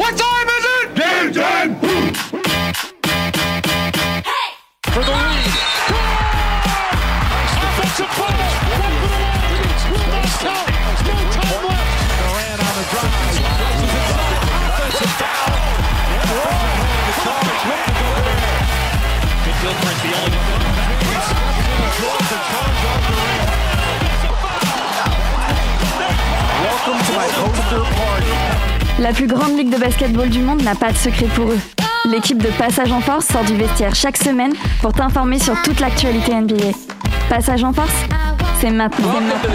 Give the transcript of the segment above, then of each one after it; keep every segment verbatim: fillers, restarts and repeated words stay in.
What time is it? Game time! Hey! For the lead. Offensive ball. Will not count. No time left. Durant on the drive. Offensive foul. Gilchrist, the only draws and charge on Durant. Welcome to my poster party. La plus grande ligue de basketball du monde n'a pas de secret pour eux. L'équipe de Passage en Force sort du vestiaire chaque semaine pour t'informer sur toute l'actualité N B A. Passage en Force, c'est maintenant.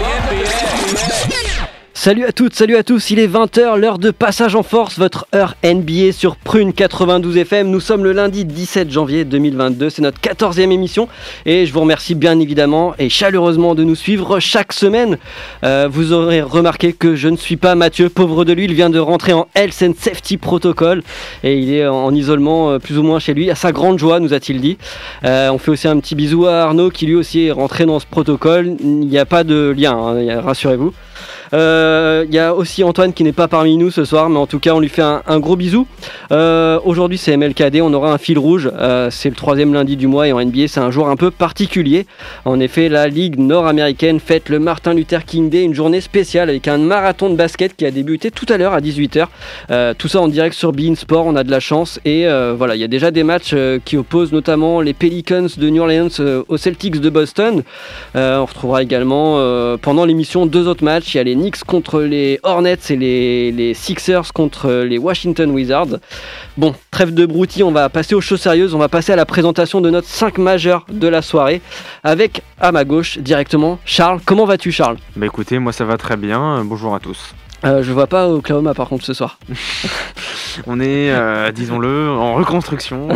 Salut à toutes, salut à tous, il est vingt heures, l'heure de Passage en Force, votre heure N B A sur Prune quatre-vingt-douze F M. Nous sommes le lundi dix-sept janvier deux mille vingt-deux, c'est notre quatorzième émission et je vous remercie bien évidemment et chaleureusement de nous suivre chaque semaine. Euh, vous aurez remarqué que je ne suis pas Mathieu, pauvre de lui, il vient de rentrer en Health and Safety Protocol et il est en isolement euh, plus ou moins chez lui, à sa grande joie nous a-t-il dit. Euh, on fait aussi un petit bisou à Arnaud qui lui aussi est rentré dans ce protocole, il n'y a pas de lien, hein, rassurez-vous. Il euh, y a aussi Antoine qui n'est pas parmi nous ce soir, mais en tout cas on lui fait un, un gros bisou. Euh, aujourd'hui c'est M L K D, on aura un fil rouge, euh, c'est le troisième lundi du mois et en N B A c'est un jour un peu particulier. En effet la Ligue nord-américaine fête le Martin Luther King Day, une journée spéciale avec un marathon de basket qui a débuté tout à l'heure à dix-huit heures. Euh, tout ça en direct sur beIN Sport, on a de la chance et euh, voilà, il y a déjà des matchs euh, qui opposent notamment les Pelicans de New Orleans euh, aux Celtics de Boston. Euh, on retrouvera également euh, pendant l'émission deux autres matchs, il y a les Knicks contre les Hornets et les, les Sixers contre les Washington Wizards. Bon, trêve de broutilles, on va passer aux choses sérieuses, on va passer à la présentation de notre cinq majeurs de la soirée avec à ma gauche directement Charles. Comment vas-tu Charles ? Bah écoutez, moi ça va très bien, bonjour à tous. Euh, je vois pas Oklahoma par contre ce soir. On est, euh, disons-le, en reconstruction.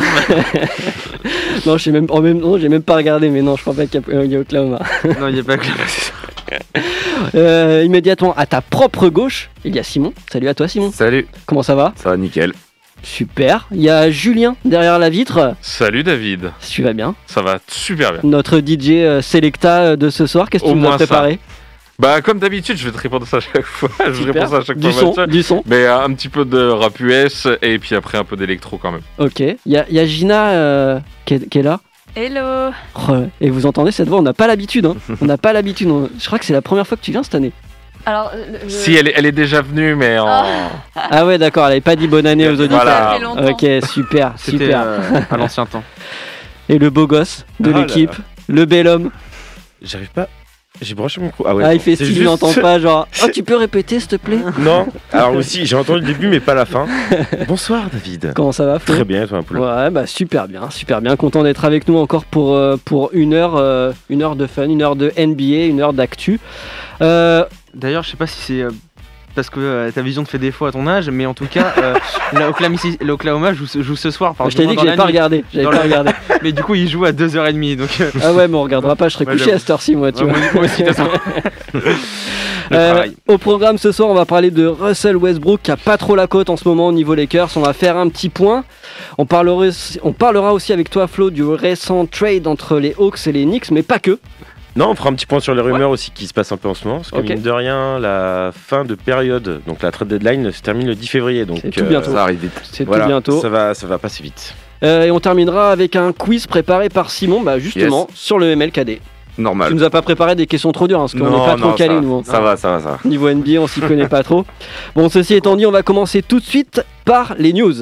Non, je sais même, en même temps, j'ai même pas regardé, mais non, je crois pas qu'il y a, il y a Oklahoma. Non, il n'y a pas Oklahoma, c'est ça. Euh, immédiatement à ta propre gauche, il y a Simon. Salut à toi Simon. Salut. Comment ça va ? Ça va nickel. Super. Il y a Julien derrière la vitre. Salut David. Tu vas bien ? Ça va super bien. Notre D J euh, Selecta de ce soir, qu'est-ce que Au tu nous as préparé ? Bah comme d'habitude, je vais te répondre ça à chaque fois. Je Super. réponds ça à chaque du fois. son, Mathieu. du son. Mais euh, un petit peu de rap U S et puis après un peu d'électro quand même. Ok. Il y a, y a Gina euh, qui, est, qui est là. Hello. Oh, et vous entendez cette voix, on n'a pas l'habitude. Hein. On n'a pas l'habitude. On- Je crois que c'est la première fois que tu viens cette année. Alors, le- le- Si elle est, elle est déjà venue, mais en. Ah. Ah ouais, d'accord. Elle n'avait pas dit bonne année aux auditeurs. Voilà. Ça fait longtemps. Ok, super, C'était super. euh, à l'ancien temps. Et le beau gosse de Ah là l'équipe, là. le bel homme. J'arrive pas. J'ai branché mon micro. Ah ouais. Ah, il fait c'est style, il juste- n'entend pas. Genre, oh, c'est- tu peux répéter s'il te plaît ? Non. Alors aussi, j'ai entendu le début, mais pas la fin. Bonsoir David. Comment ça va, Flo ? Très bien, toi un peu. Ouais, bah super bien, super bien. Content d'être avec nous encore pour, euh, pour une heure, euh, une heure de fun, une heure de N B A, une heure d'actu. Euh, D'ailleurs, je sais pas si c'est euh, parce que euh, ta vision te fait défaut à ton âge, mais en tout cas, euh, l'Oklahoma, l'Oklahoma joue, ce- joue ce soir. je t'ai dit que dans j'avais la pas nuit. regardé. J'avais Dans pas la- regardé. Mais du coup, il joue à deux heures trente, donc. euh, Ah ouais, mais on regardera pas. Je serais Ouais, couché j'avoue. à cette heure-ci, moi, tu ouais, vois. moi, moi aussi, de toute façon. Le Euh, travail. au programme ce soir, on va parler de Russell Westbrook qui a pas trop la cote en ce moment au niveau Lakers. On va faire un petit point. On parlera, aussi- on parlera aussi avec toi, Flo, du récent trade entre les Hawks et les Knicks, mais pas que. Non, on fera un petit point sur les rumeurs aussi qui se passent un peu en ce moment. Parce que Ok. mine de rien, la fin de période, donc la trade deadline, se termine le dix février. Donc C'est tout bientôt. ça arrive vite. C'est Voilà, tout bientôt. Ça va, ça va passer vite. Euh, et on terminera avec un quiz préparé par Simon, bah, justement, sur le M L K D. Tu Normal. nous as pas préparé des questions trop dures, hein, parce qu'on n'est pas trop calés, ça, nous. hein. ça va, ça va, ça va. Niveau N B A, on s'y connaît pas trop. Bon, ceci étant dit, on va commencer tout de suite par les news.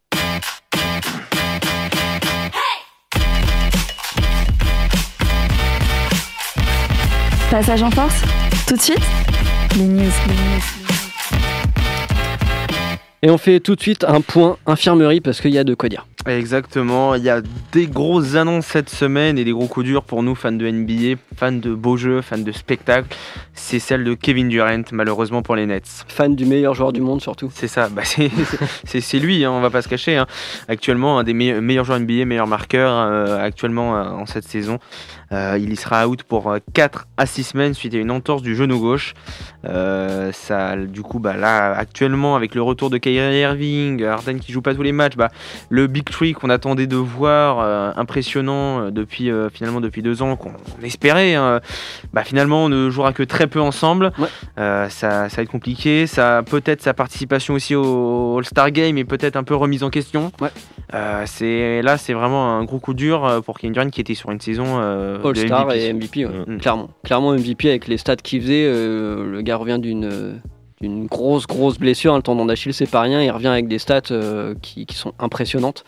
Passage en Force, tout de suite, les news. Les news. Et on fait tout de suite un point infirmerie parce qu'il y a de quoi dire. Exactement, il y a des grosses annonces cette semaine et des gros coups durs pour nous fans de N B A, fans de beaux jeux, fans de spectacles. C'est celle de Kevin Durant, malheureusement pour les Nets. Fan du meilleur joueur du monde surtout. C'est ça, bah c'est, c'est, c'est lui, hein, on va pas se cacher. Hein. Actuellement, un des me- meilleurs joueurs N B A, meilleur marqueur euh, actuellement euh, en cette saison. Euh, il y sera out pour quatre à six semaines suite à une entorse du genou gauche. Euh, ça, du coup, bah, là, actuellement, avec le retour de Kyrie Irving, Harden qui joue pas tous les matchs, bah, le Big Three qu'on attendait de voir, euh, impressionnant euh, depuis, euh, finalement depuis deux ans, qu'on espérait, hein, bah, finalement, on ne jouera que très peu ensemble. Ouais. Euh, ça, ça va être compliqué. Ça, peut-être sa participation aussi au All-Star Game est peut-être un peu remise en question. Ouais. Euh, c'est, là, c'est vraiment un gros coup dur pour Kevin Durant qui était sur une saison euh, All-Star de M V P. et M V P, ouais. Mm. clairement. Clairement M V P avec les stats qu'il faisait. Euh, le gars revient d'une, d'une grosse, grosse blessure. Hein, le tendon d'Achille, c'est pas rien. Il revient avec des stats euh, qui, qui sont impressionnantes.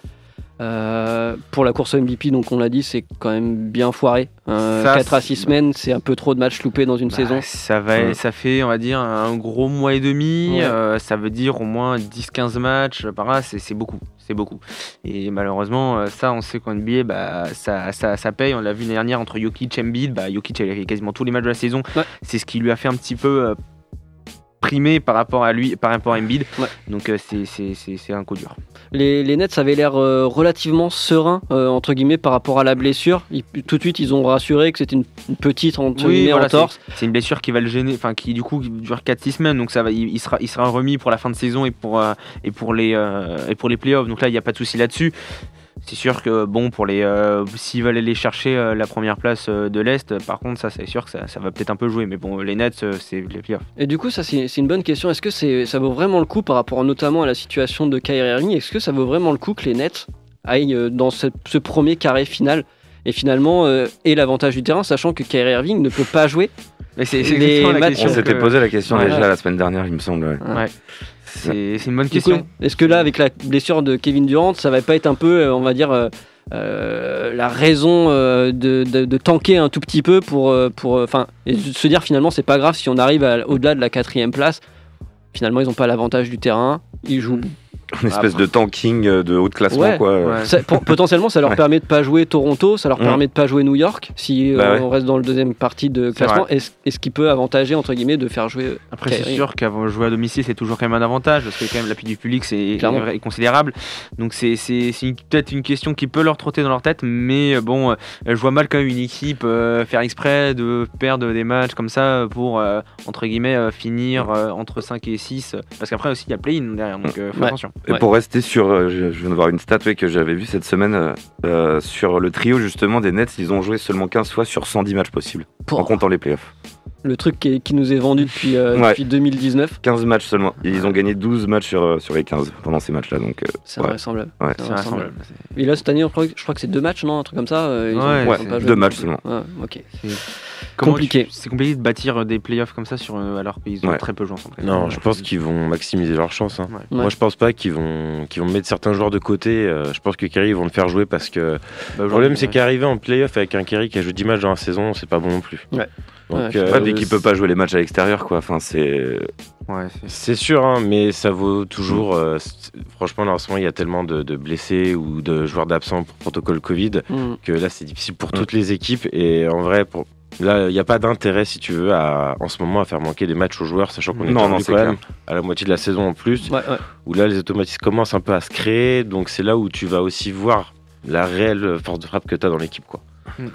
Euh, pour la course M V P, donc on l'a dit, c'est quand même bien foiré. Euh, Ça, quatre à six semaines, c'est un peu trop de matchs loupés dans une Bah, saison. Ça, va, Ouais. ça fait, on va dire, un gros mois et demi. Ouais. Euh, ça veut dire au moins dix quinze matchs par là. C'est, c'est beaucoup. C'est beaucoup. Et malheureusement, euh, ça, on sait qu'en N B A, bah, ça, ça, ça paye. On l'a vu l'année dernière entre Jokic et Embiid. Bah, Jokic a fait quasiment tous les matchs de la saison. Ouais. C'est ce qui lui a fait un petit peu euh, primer par rapport à lui, par rapport à Embiid. Ouais. Donc, euh, c'est, c'est, c'est, c'est un coup dur. Les, les Nets avaient l'air euh, relativement sereins, euh, entre guillemets, par rapport à la blessure. Ils- tout de suite, ils ont rassuré que c'était une, une petite, entre Oui, guillemets, voilà, entorse. C'est une blessure qui va le gêner, enfin qui du coup dure quatre six semaines, donc ça va, il, il sera, il sera remis pour la fin de saison et pour, euh, et pour les, euh, et pour les playoffs. Donc là, il n'y a pas de souci là-dessus. C'est sûr que bon, pour les, euh, s'ils veulent aller chercher euh, la première place euh, de l'Est, par contre, ça, c'est sûr que ça, ça va peut-être un peu jouer. Mais bon, les Nets, euh, c'est les playoffs. Et du coup, ça c'est, c'est une bonne question. Est-ce que c'est, ça vaut vraiment le coup par rapport notamment à la situation de Kyrie Irving? Est-ce que ça vaut vraiment le coup que les Nets aillent euh, dans ce, ce premier carré final et finalement euh, aient l'avantage du terrain, sachant que Kyrie Irving ne peut pas jouer? Mais c'est, c'est Les exactement la matchs- question. On s'était que- posé la question Ouais. déjà la semaine dernière, il me semble. ouais. Ouais. C'est, c'est une bonne Du coup, question. est-ce que là, avec la blessure de Kevin Durant, ça va pas être un peu, euh, on va dire, euh, euh, la raison euh, de, de, de tanker un tout petit peu pour, euh, pour, enfin, et de se dire finalement c'est pas grave si on arrive à- au-delà de la quatrième place. Finalement, ils n'ont pas l'avantage du terrain, ils jouent. Une espèce de tanking euh, de haut de classement, Ouais. quoi. Ouais. Ça- pour- potentiellement, ça leur Ouais. permet de pas jouer Toronto, ça leur Mm. permet de pas jouer New York si euh, Bah ouais. on reste dans le deuxième partie de C'est classement. vrai. Est-ce, est-ce qu'il peut avantager entre guillemets de faire jouer Après, c'est Kyrie? sûr qu'avant jouer à domicile, c'est toujours quand même un avantage parce que quand même l'appui du public c'est Clairement. est considérable. Donc c'est, c'est, c'est une- peut-être une question qui peut leur trotter dans leur tête, mais euh, bon, euh, je vois mal quand même une équipe euh, faire exprès de perdre des matchs comme ça pour euh, entre guillemets euh, finir euh, entre cinq et six. Parce qu'après aussi il y a play-in derrière, donc euh, faut Ouais. attention. Et Ouais. pour rester sur, euh, je, je viens de voir une stat ouais, que j'avais vue cette semaine euh, euh, sur le trio justement des Nets, ils ont joué seulement quinze fois sur cent dix matchs possibles, Pour en comptant les playoffs. le truc qui, est- qui nous est vendu depuis, euh, Ouais. depuis deux mille dix-neuf. quinze matchs seulement. Et ils ont gagné douze matchs sur, euh, sur les quinze pendant ces matchs-là. Donc, euh, C'est ouais. invraisemblable. Ouais. C'est C'est invraisemblable. vraisemblable. Et là, cette année, je crois, je crois que c'est deux matchs, non? Un truc comme ça euh, ils ont- Ouais, ils ont ouais, pas joué deux beaucoup. matchs seulement. Ouais, ok. Comment Compliqué. tu- c'est compliqué de bâtir des playoffs comme ça sur, euh, alors qu'ils ont Ouais. très peu joué ensemble. Non, je pense qu'ils vont maximiser leurs chances. hein. Ouais. Ouais. Moi, je pense pas qu'ils vont, qu'ils vont mettre certains joueurs de côté. Euh, je pense que Kerry, ils vont le faire jouer parce que Bah, le problème, c'est qu'arriver en playoff avec un Kerry qui a joué dix matchs dans la saison, c'est pas bon non plus. Ouais. Donc, Ouais, je- euh, ouais, dès qu'il peut pas jouer les matchs à l'extérieur, quoi. Enfin, c'est. Ouais, c'est- C'est sûr, hein, mais ça vaut toujours. euh, c'est- franchement, là, en ce moment, il y a tellement de, de blessés ou de joueurs d'absents pour protocole Covid Mm. que là, c'est difficile pour toutes les équipes. Et en vrai, pour... là, il n'y a pas d'intérêt, si tu veux, à, en ce moment, à faire manquer des matchs aux joueurs, sachant qu'on est Non, revenu non, c'est quand clair. même à la moitié de la saison en plus, Ouais, ouais. où là, les automatismes commencent un peu à se créer. Donc, c'est là où tu vas aussi voir la réelle force de frappe que tu as dans l'équipe, quoi.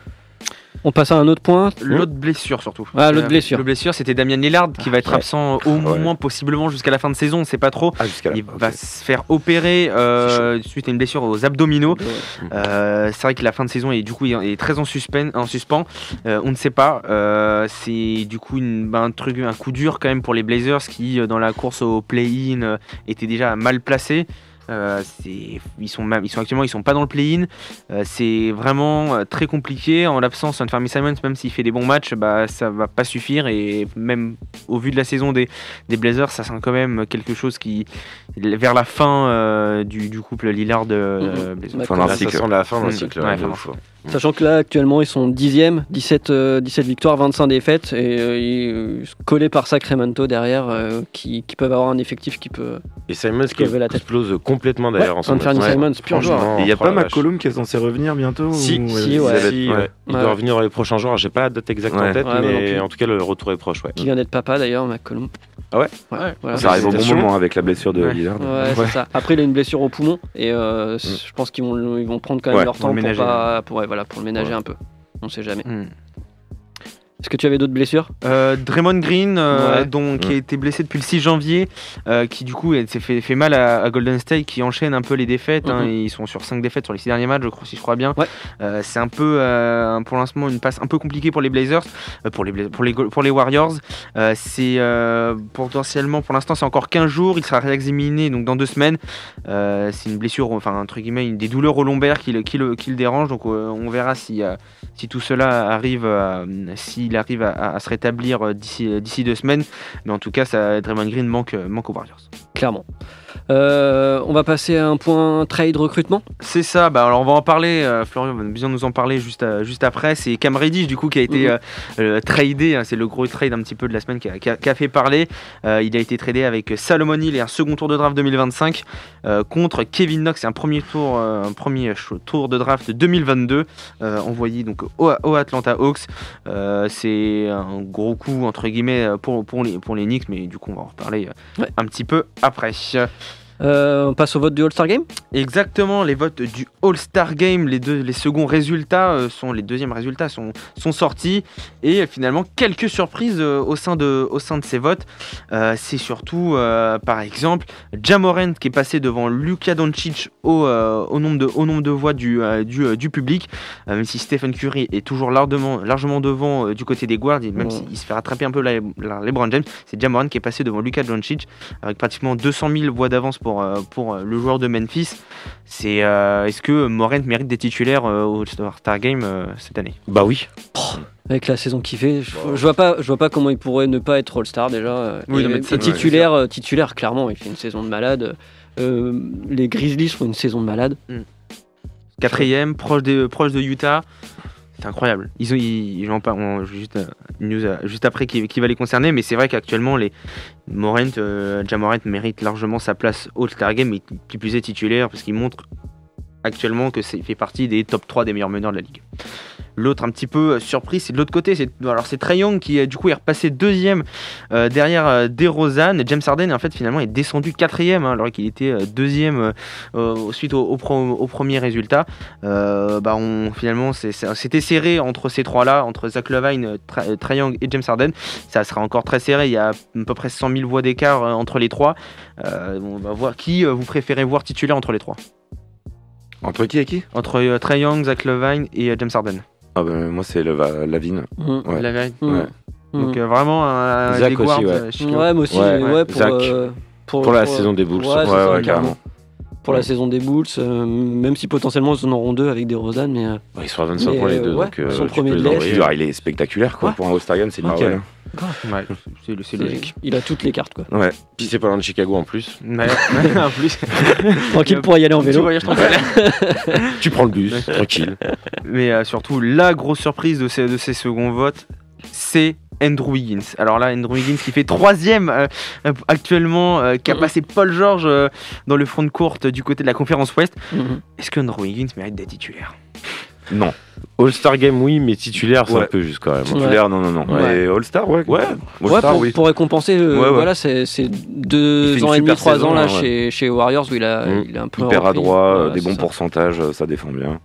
On passe à un autre point. L'autre blessure surtout. Ah, l'autre Euh, blessure. Le blessure, c'était Damien Lillard qui va être Ouais. absent au Ouais. moins possiblement jusqu'à la fin de saison, on sait pas trop. Ah, jusqu'à là. Il ok. va se faire opérer euh, suite à une blessure aux abdominaux. Euh, c'est vrai que la fin de saison est du coup est très en suspens, en suspens. Euh, on ne sait pas. Euh, c'est du coup une, ben, un truc, un coup dur quand même pour les Blazers qui euh, dans la course au play-in euh, étaient déjà mal placés. Euh, c'est, ils sont même, ils sont actuellement, ils sont pas dans le play-in. Euh, c'est vraiment euh, très compliqué. En l'absence d'Anthony Simons, même s'il fait des bons matchs, bah ça va pas suffire. Et même au vu de la saison des, des Blazers, ça sent quand même quelque chose qui vers la fin euh, du, du couple Lillard euh, Mhm. Blazers. D'accord. Fin d'un Là, ça cycle. sent la fin d'un Mm. cycle. Ouais, ouais, fin de d'un ouf, ouais. Sachant que là, actuellement, ils sont dixième, dix-sept, euh, dix-sept victoires, vingt-cinq défaites, et euh, ils, euh, collés par Sacramento derrière, euh, qui, qui peuvent avoir un effectif qui peut. Et Simons qui Qui avait la tête. explose complètement d'ailleurs Ouais, en ce moment. Anthony Simons, pur joueur. franchement, Et il n'y a oh pas la vache. McCollum qui est censé revenir bientôt Si, ou- si, euh, ouais. ça va être- Si, ouais. ouais. Il Ouais. doit revenir dans les prochains jours. J'ai pas la date exacte Ouais. en tête, Ouais, moi non mais plus. en tout cas, le retour est proche. Ouais. Qui vient d'être papa d'ailleurs, McCollum. Ah ouais Ouais, Ouais. voilà. Ça arrive au bon Félicitations. moment avec la blessure de Ouais. Lillard. Ouais, c'est ça. Après, il a une blessure au poumon et euh, c- je pense qu'ils vont, ils vont prendre quand même Ouais, leur pour temps le pour, ménager. pas, pour, ouais, voilà, pour le ménager Ouais. un peu. On sait jamais. Mm. Est-ce que tu avais d'autres blessures ? Euh, Draymond Green, euh, Ouais. dont, qui Mm. a été blessé depuis le six janvier, euh, qui du coup elle s'est fait, fait mal à, à Golden State, qui enchaîne un peu les défaites. hein, Mhm. et ils sont sur cinq défaites sur les six derniers matchs, je crois, si je crois bien. Ouais. Euh, c'est un peu, euh, pour l'instant, une passe un peu compliquée pour les Blazers, euh, pour, les, Bla- pour, les, Go- pour les Warriors. Euh, c'est euh, potentiellement, pour l'instant, c'est encore quinze jours. Il sera réexaminé donc dans deux semaines. Euh, c'est une blessure, enfin, entre guillemets, une, des douleurs au lombaire qui le, qui le, qui le dérange. Donc euh, on verra si, euh, si tout cela arrive, à- s'il arrive à, à- à se rétablir euh, d'ici, d'ici deux semaines. Mais en tout cas, ça, Draymond Green manque, manque aux Warriors. Clairement. Euh, on va passer à un point trade recrutement. C'est ça, bah alors on va en parler, euh, Florian va bien nous en parler juste, à- juste après. C'est Cam Reddish du coup qui a été Mhm. euh, euh, tradé, hein, c'est le gros trade un petit peu de la semaine qui a, qui a- qui a fait parler. Euh, il a été tradé avec Salomon Hill et un second tour de draft deux mille vingt-cinq euh, contre Kevin Knox et un premier tour, euh, un premier ch- tour de draft deux mille vingt-deux euh, envoyé donc au, au Atlanta Hawks. Euh, c'est un gros coup entre guillemets pour, pour, les, pour les Knicks, mais du coup on va en reparler euh, Ouais. un petit peu après. Euh, on passe au vote du All-Star Game. Exactement, les votes du All-Star Game, les, deux, les seconds résultats euh, sont les deuxièmes résultats sont, sont sortis et euh, finalement quelques surprises euh, au sein de au sein de ces votes. Euh, c'est surtout euh, par exemple Ja Morant qui est passé devant Luka Doncic au, euh, au nombre de au nombre de voix du euh, du, euh, du public, euh, même si Stephen Curry est toujours largement largement devant euh, du côté des guards, et même Ouais. s'il se fait rattraper un peu la, la- LeBron James, c'est Ja Morant qui est passé devant Luka Doncic avec pratiquement deux cent mille voix d'avance pour pour, euh, pour euh, le joueur de Memphis. C'est, euh, est-ce que Morant mérite des titulaires euh, au All-Star Game euh, cette année? Bah oui. Avec la saison qu'il fait, je, je vois pas, je vois pas comment il pourrait ne pas être All-Star déjà. Oui, et, non, mais et ça, ouais, titulaire, euh, titulaire, clairement, il fait une saison de malade. Euh, les Grizzlies font une saison de malade. Quatrième, proche de, proche de Utah. C'est incroyable. Ils ont, ils, ils en parlent, on- juste euh, une news euh, juste après qui, qui va les concerner, mais c'est vrai qu'actuellement les Morant, euh, Ja Morant mérite largement sa place au All-Star Game, mais qui plus est titulaire parce qu'il montre actuellement que c'est fait partie des top trois des meilleurs meneurs de la ligue. L'autre un petit peu euh, surpris, c'est de l'autre côté, c'est alors c'est Trae Young qui euh, du coup est repassé deuxième euh, derrière euh, DeRozan. James Harden en fait finalement est descendu quatrième hein, alors qu'il était euh, deuxième euh, euh, suite au, au, pro- au premier résultat. Euh, bah on finalement c'est, c'est- c'était serré entre ces trois là, entre Zach LaVine, Tra- Trae Young et James Harden. Ça sera encore très serré. Il y a à peu près cent mille voix d'écart euh, entre les trois. Euh, on va voir qui euh, vous préférez voir titulaire entre les trois. Entre qui et qui? Entre euh, Trae Young, Zach LaVine et euh, James Harden. Ah bah, moi c'est Lava- Lavine. Mmh. Ouais. LaVine. Mmh. Ouais. Mmh. Donc euh, vraiment un, un Zach des guards aussi, ouais. euh, Chicago. Ouais, moi aussi, Ouais, ouais, ouais, pour, Zach. euh, pour, Pour la saison des Bulls. Ouais, Ouais, c'est Ouais, ça, ouais, clairement. carrément. Pour la saison des Bulls, euh, même si potentiellement ils en auront deux avec des Rosanne, mais euh, Ouais, ils sont à vingt-cinq Mais, points les euh, deux, ouais, donc euh, son tu premier peux de les l'Est. envoyer. Ah, il est spectaculaire quoi. Ouais. Pour un All-Star Game, c'est Ah nickel. ouais. Ouais, c'est, c'est c'est- logique. il a toutes les cartes quoi. Ouais. Puis c'est pas loin de Chicago en plus. Ouais, ouais, en plus. Tranquille pour y aller en Petit vélo. voyage tranquille. Tu prends le bus, tranquille. Mais euh, surtout, la grosse surprise de ces, de ces seconds votes, c'est Andrew Wiggins. Alors là, Andrew Wiggins qui fait troisième euh, euh, actuellement, euh, qui a Mhm. passé Paul George euh, dans le front de courte du côté de la conférence Ouest. Mhm. Est-ce que Andrew Wiggins mérite d'être titulaire? Non. All-Star Game, oui, mais titulaire, c'est Ouais. un peu juste quand même. Ouais. Titulaire, non, non, non. Ouais. Mais All-Star, ouais. Ouais. Ouais, All-Star, pour, oui. pour récompenser, euh, Ouais, ouais. voilà, c'est, c'est Il deux fait une ans et demi, super trois saison, ans là hein, ouais. chez, chez Warriors où il a, Mm. il est un peu Hyper repris. adroit, Voilà, des c'est bons ça. pourcentages, ça défend bien.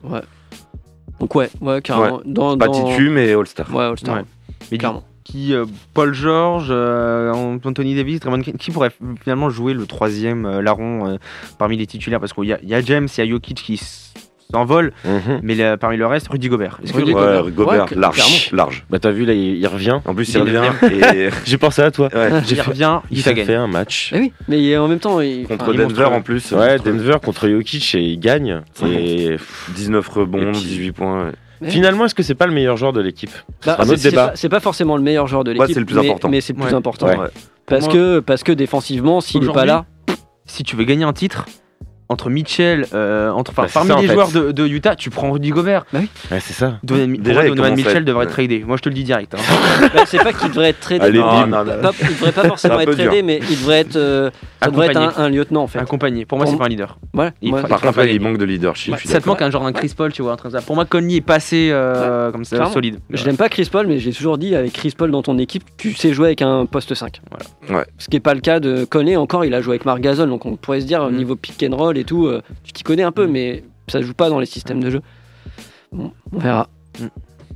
Donc ouais, ouais, carrément. Dans, Pas dans- titu, mais All-Star. Ouais, All-Star. Ouais. Mais Clairement. Qui, euh, Paul George, euh, Anthony Davis, Draymond Green, qui pourrait finalement jouer le troisième euh, larron euh, parmi les titulaires? Parce qu'il y a, il y a James, il y a Jokic qui s'envole, Mhm. mais là, parmi le reste, Rudy Gobert. Est-ce que Rudy Ouais, Gobert. Gobert, Ouais, large, clairement. large. Bah t'as vu là, il, il revient. En plus, Il il revient et J'ai pensé à toi. ouais, il revient, il, Il t'a a gagné. fait un match. Eh oui, mais en même temps, il... contre enfin, il Denver montre- en plus. Ouais, contre Denver contre Jokic et il gagne. Et dix-neuf rebonds, Et puis- dix-huit points. ouais. Ouais. finalement, est-ce que c'est pas le meilleur joueur de l'équipe? Bah, un c'est, autre c'est débat. pas, c'est pas forcément le meilleur joueur de Ouais, l'équipe, c'est le plus mais, important. mais c'est le plus Ouais. important. Ouais. Ouais. Parce, Moi- que, parce que défensivement, s'il n'est pas là, Si tu veux gagner un titre, entre Mitchell, euh, entre, enfin, Bah, c'est parmi ça, en les fait. joueurs de, de Utah, tu prends Rudy Gobert. Ouais, c'est ça. Donovan, Déjà, pour moi, il Donovan commence à Mitchell être- devrait être ouais. tradé. Moi, je te le dis direct. hein. bah, c'est pas qu'il devrait être tradé. Allez, non, bim. non, non, pas- il devrait pas forcément C'est un être peu dur. tradé, mais il devrait être, euh, ça devrait être un, Accompagné. un lieutenant en fait. Accompagné. Pour moi, Pour c'est moi- pas un leader. Ouais, Il ouais. fera- Par contre, pas là, il gagner. manque de leadership. Ouais, je suis ça te d'accord. manque un genre d'un Chris Paul, tu vois, un truc comme ça. Pour moi, Conley est passé euh, comme ça, Clairement. solide. Je n'aime pas Chris Paul, mais j'ai toujours dit avec Chris Paul dans ton équipe, tu sais jouer avec un poste cinq. Voilà. Ouais. Ce qui n'est pas le cas de Conley. Encore, il a joué avec Marc Gasol, donc on pourrait se dire au Mm. niveau pick and roll et tout, euh, tu t'y connais un peu, Mm. mais ça joue pas dans les systèmes de jeu. Bon, on verra.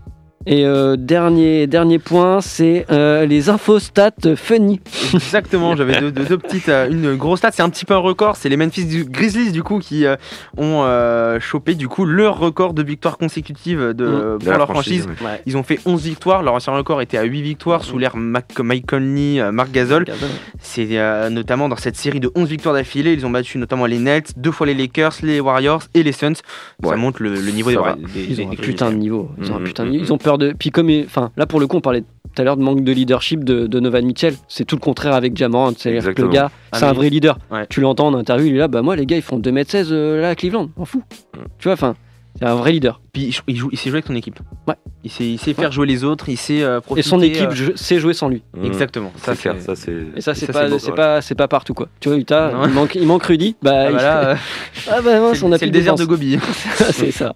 Et euh, dernier, dernier point, c'est euh, les infostats funny. Exactement, j'avais deux, deux, deux petites, euh, une grosse stat, c'est un petit peu un record, c'est les Memphis Grizzlies du coup qui euh, ont euh, chopé du coup leur record de victoires consécutives de, Mmh. pour De la leur franchise, franchise. Ouais. Ils ont fait onze victoires, leur ancien record était à huit victoires sous l'ère Mac- Mike Conley, euh, Mark Gasol. C'est euh, notamment dans cette série de onze victoires d'affilée, ils ont battu notamment les Nets, deux fois les Lakers, les Warriors et les Suns. Ça Ouais. montre le, le niveau Ça des, va. des, Ils des- ont un des putain de Grizzlies. niveau. Ils ont un Mhm, putain de mhm. niveau. Ils ont peur de. Puis comme, enfin, là pour le coup, on parlait tout à l'heure de manque de leadership de, de Donovan Mitchell. C'est tout le contraire avec Ja Morant. C'est-à-dire que le Exactement. gars, Ah, c'est mais un vrai leader. Ouais. Tu l'entends en interview, il est là. Bah moi, les gars, ils font deux mètres seize euh, là à Cleveland. On fout. Tu vois, enfin, c'est un vrai leader. Puis il, il joue, il sait jouer avec son équipe. Ouais. Il sait, il sait faire jouer les autres, il sait euh, Et profiter. son équipe euh, je- sait jouer sans lui. Mmh. Exactement. Ça, C'est clair, ça c'est. Et ça, c'est ça, pas, c'est beau, c'est ouais. pas, c'est pas partout quoi. Tu vois, Utah, Non. il manque, il manque Rudy. Bah, Ah, il bah là, euh, fait- ah bah mince, c'est on a c'est plus le désert de défense. Gobi. C'est ça.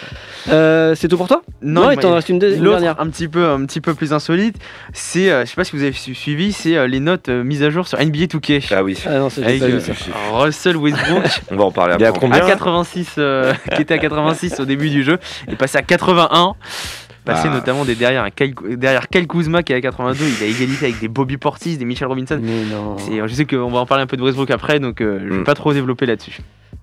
Euh, c'est tout pour toi Non, il il t'en m'a- reste une, deux- une L'autre, dernière. un petit peu, un petit peu plus insolite, c'est, euh, je sais pas si vous avez su- suivi, c'est euh, les notes euh, mises à jour sur N B A deux K. Ah oui, Ah non, ça, j'ai Avec pas euh, vu ça. Russell Westbrook on va en parler Il est à après. combien à quatre-vingt-six, euh, qui était à quatre-vingt-six au début du jeu, est passé à quatre-vingt-un. Passé Ah. notamment des derrière, un Kyle, derrière Kyle Kuzma qui est à quatre-vingt-deux, il a égalité avec des Bobby Portis, des Mitchell Robinson. Mais non. C'est- je sais qu'on va en parler un peu de Westbrook après, donc euh, je vais Mm. pas trop développer là-dessus.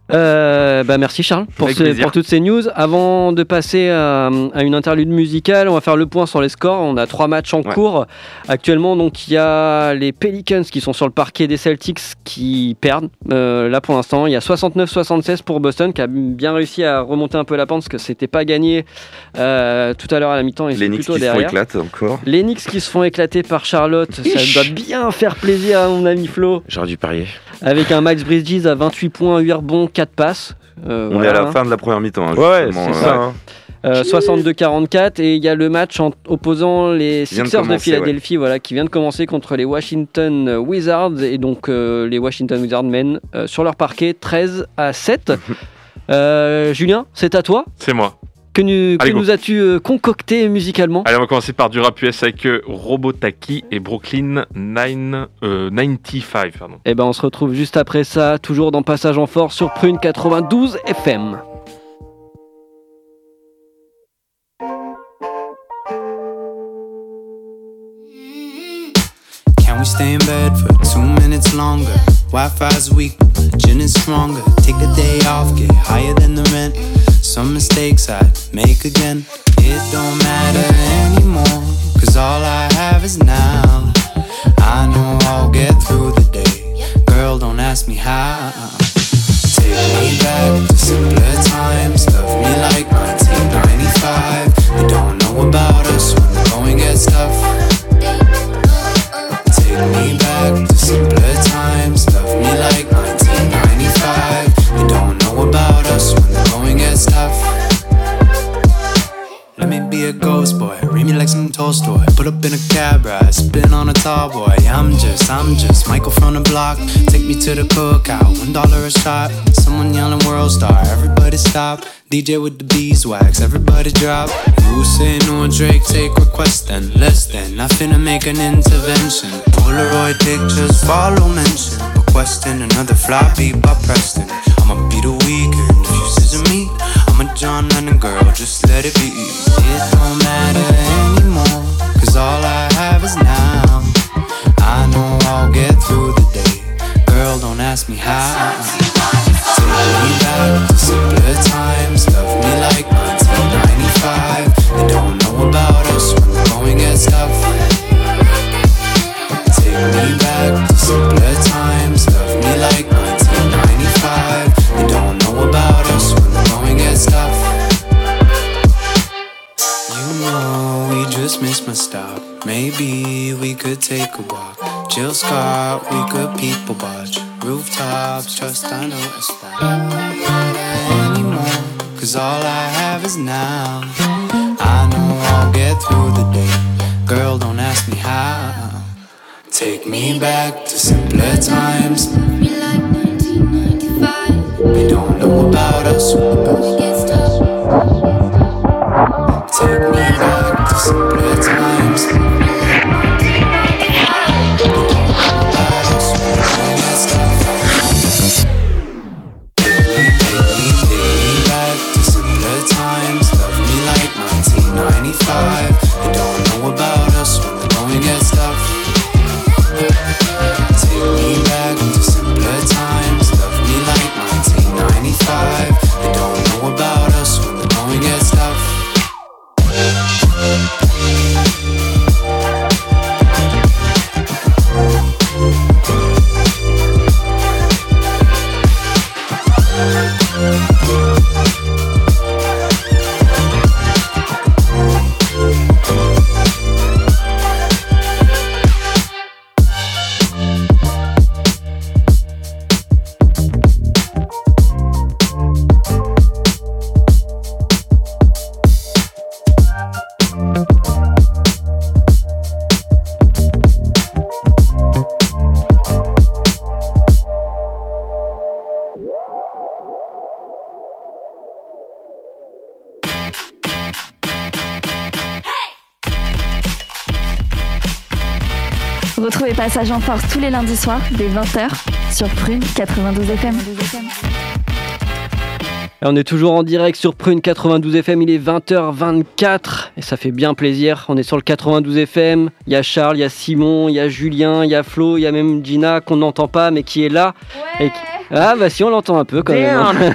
Euh, bah merci Charles pour, Avec ce- plaisir. pour toutes ces news. Avant de passer à, à une interlude musicale, on va faire le point sur les scores. On a trois matchs en Ouais. cours actuellement. Donc il y a les Pelicans qui sont sur le parquet des Celtics qui perdent. Euh, là pour l'instant, il y a soixante-neuf soixante-seize pour Boston qui a bien réussi à remonter un peu la pente parce que c'était pas gagné euh, tout à l'heure à la mi-temps et Les c'est Knicks plutôt qui se font derrière. éclater encore. Les Knicks qui se font éclater par Charlotte, ça Ich. doit bien faire plaisir à mon ami Flo. J'aurais dû parier. Avec un Max Bridges à vingt-huit points, huit rebonds, quatre passes. Euh, On voilà, est à la hein. fin de la première mi-temps. hein, Ouais, justement, c'est euh, ça. hein. Euh, soixante-deux quarante-quatre et il y a le match en opposant les Vient de Sixers de, commencer, Philadelphie voilà, qui vient de commencer contre les Washington Wizards et donc euh, les Washington Wizards mènent euh, sur leur parquet treize à sept. Euh, Julien, c'est à toi. C'est moi. Que, nu- que Allez, go. nous as-tu euh, concocté musicalement? Allez, on va commencer par du rap U S avec euh, Robotaki et Brooklyn neuf, euh, quatre-vingt-quinze. Pardon. Et ben on se retrouve juste après ça, toujours dans Passage en Force sur Prune quatre-vingt-douze F M. Can we stay in bed for two minutes longer? Wi-Fi's weak, but gin is stronger. Take a day off, get higher than the rent. Some mistakes I'd make again. It don't matter anymore, cause all I have is now. I know I'll get through the day. Girl, don't ask me how. Take me back to simpler times. Love me like nineteen ninety-five. They don't know about us when the going gets tough. Take me back to simpler times. Love me like nineteen ninety-five. They don't know about us when the going gets tough. Let me be a ghost boy, read me like some Tolstoy. Put up in a cab ride, spin on a tall boy. I'm just, I'm just Michael from the block. Take me to the cookout, one dollar a shot. Someone yelling world star, everybody stop. D J with the beeswax, everybody drop. You say no Drake, take request then, less than. I finna make an intervention. Polaroid pictures, follow mention. Requesting another floppy by Preston. I'ma be the weekend if you scissor me. I'm a John Lennon girl, just let it be. It don't matter anymore, cause all I have is now. I know I'll get through the day. Girl, don't ask me how. Take me back to simpler times. Love me like nineteen ninety-five. They don't know about us when the going gets tough. Take me back to simpler times. Love me like nineteen ninety-five. They don't know about us when the going gets tough. You know we just missed my stop. Maybe we could take a walk. Jill Scott, we could people watch. Rooftops, trust I know a spot. Anymore, cause all I have is now. I know I'll get through the day. Girl, don't ask me how. Take me back to simpler times. They don't know about us. Take me back to simpler times. Take me back to simpler times. Love me like nineteen ninety-five. Retrouvez Passage en Force tous les lundis soirs dès vingt heures sur Prune quatre-vingt-douze F M. Et on est toujours en direct sur Prune quatre-vingt-douze F M, il est vingt heures vingt-quatre et ça fait bien plaisir. On est sur le quatre-vingt-douze F M, il y a Charles, il y a Simon, il y a Julien, il y a Flo, il y a même Gina qu'on n'entend pas mais qui est là. Ouais. Et qui... Ah bah si, on l'entend un peu quand même.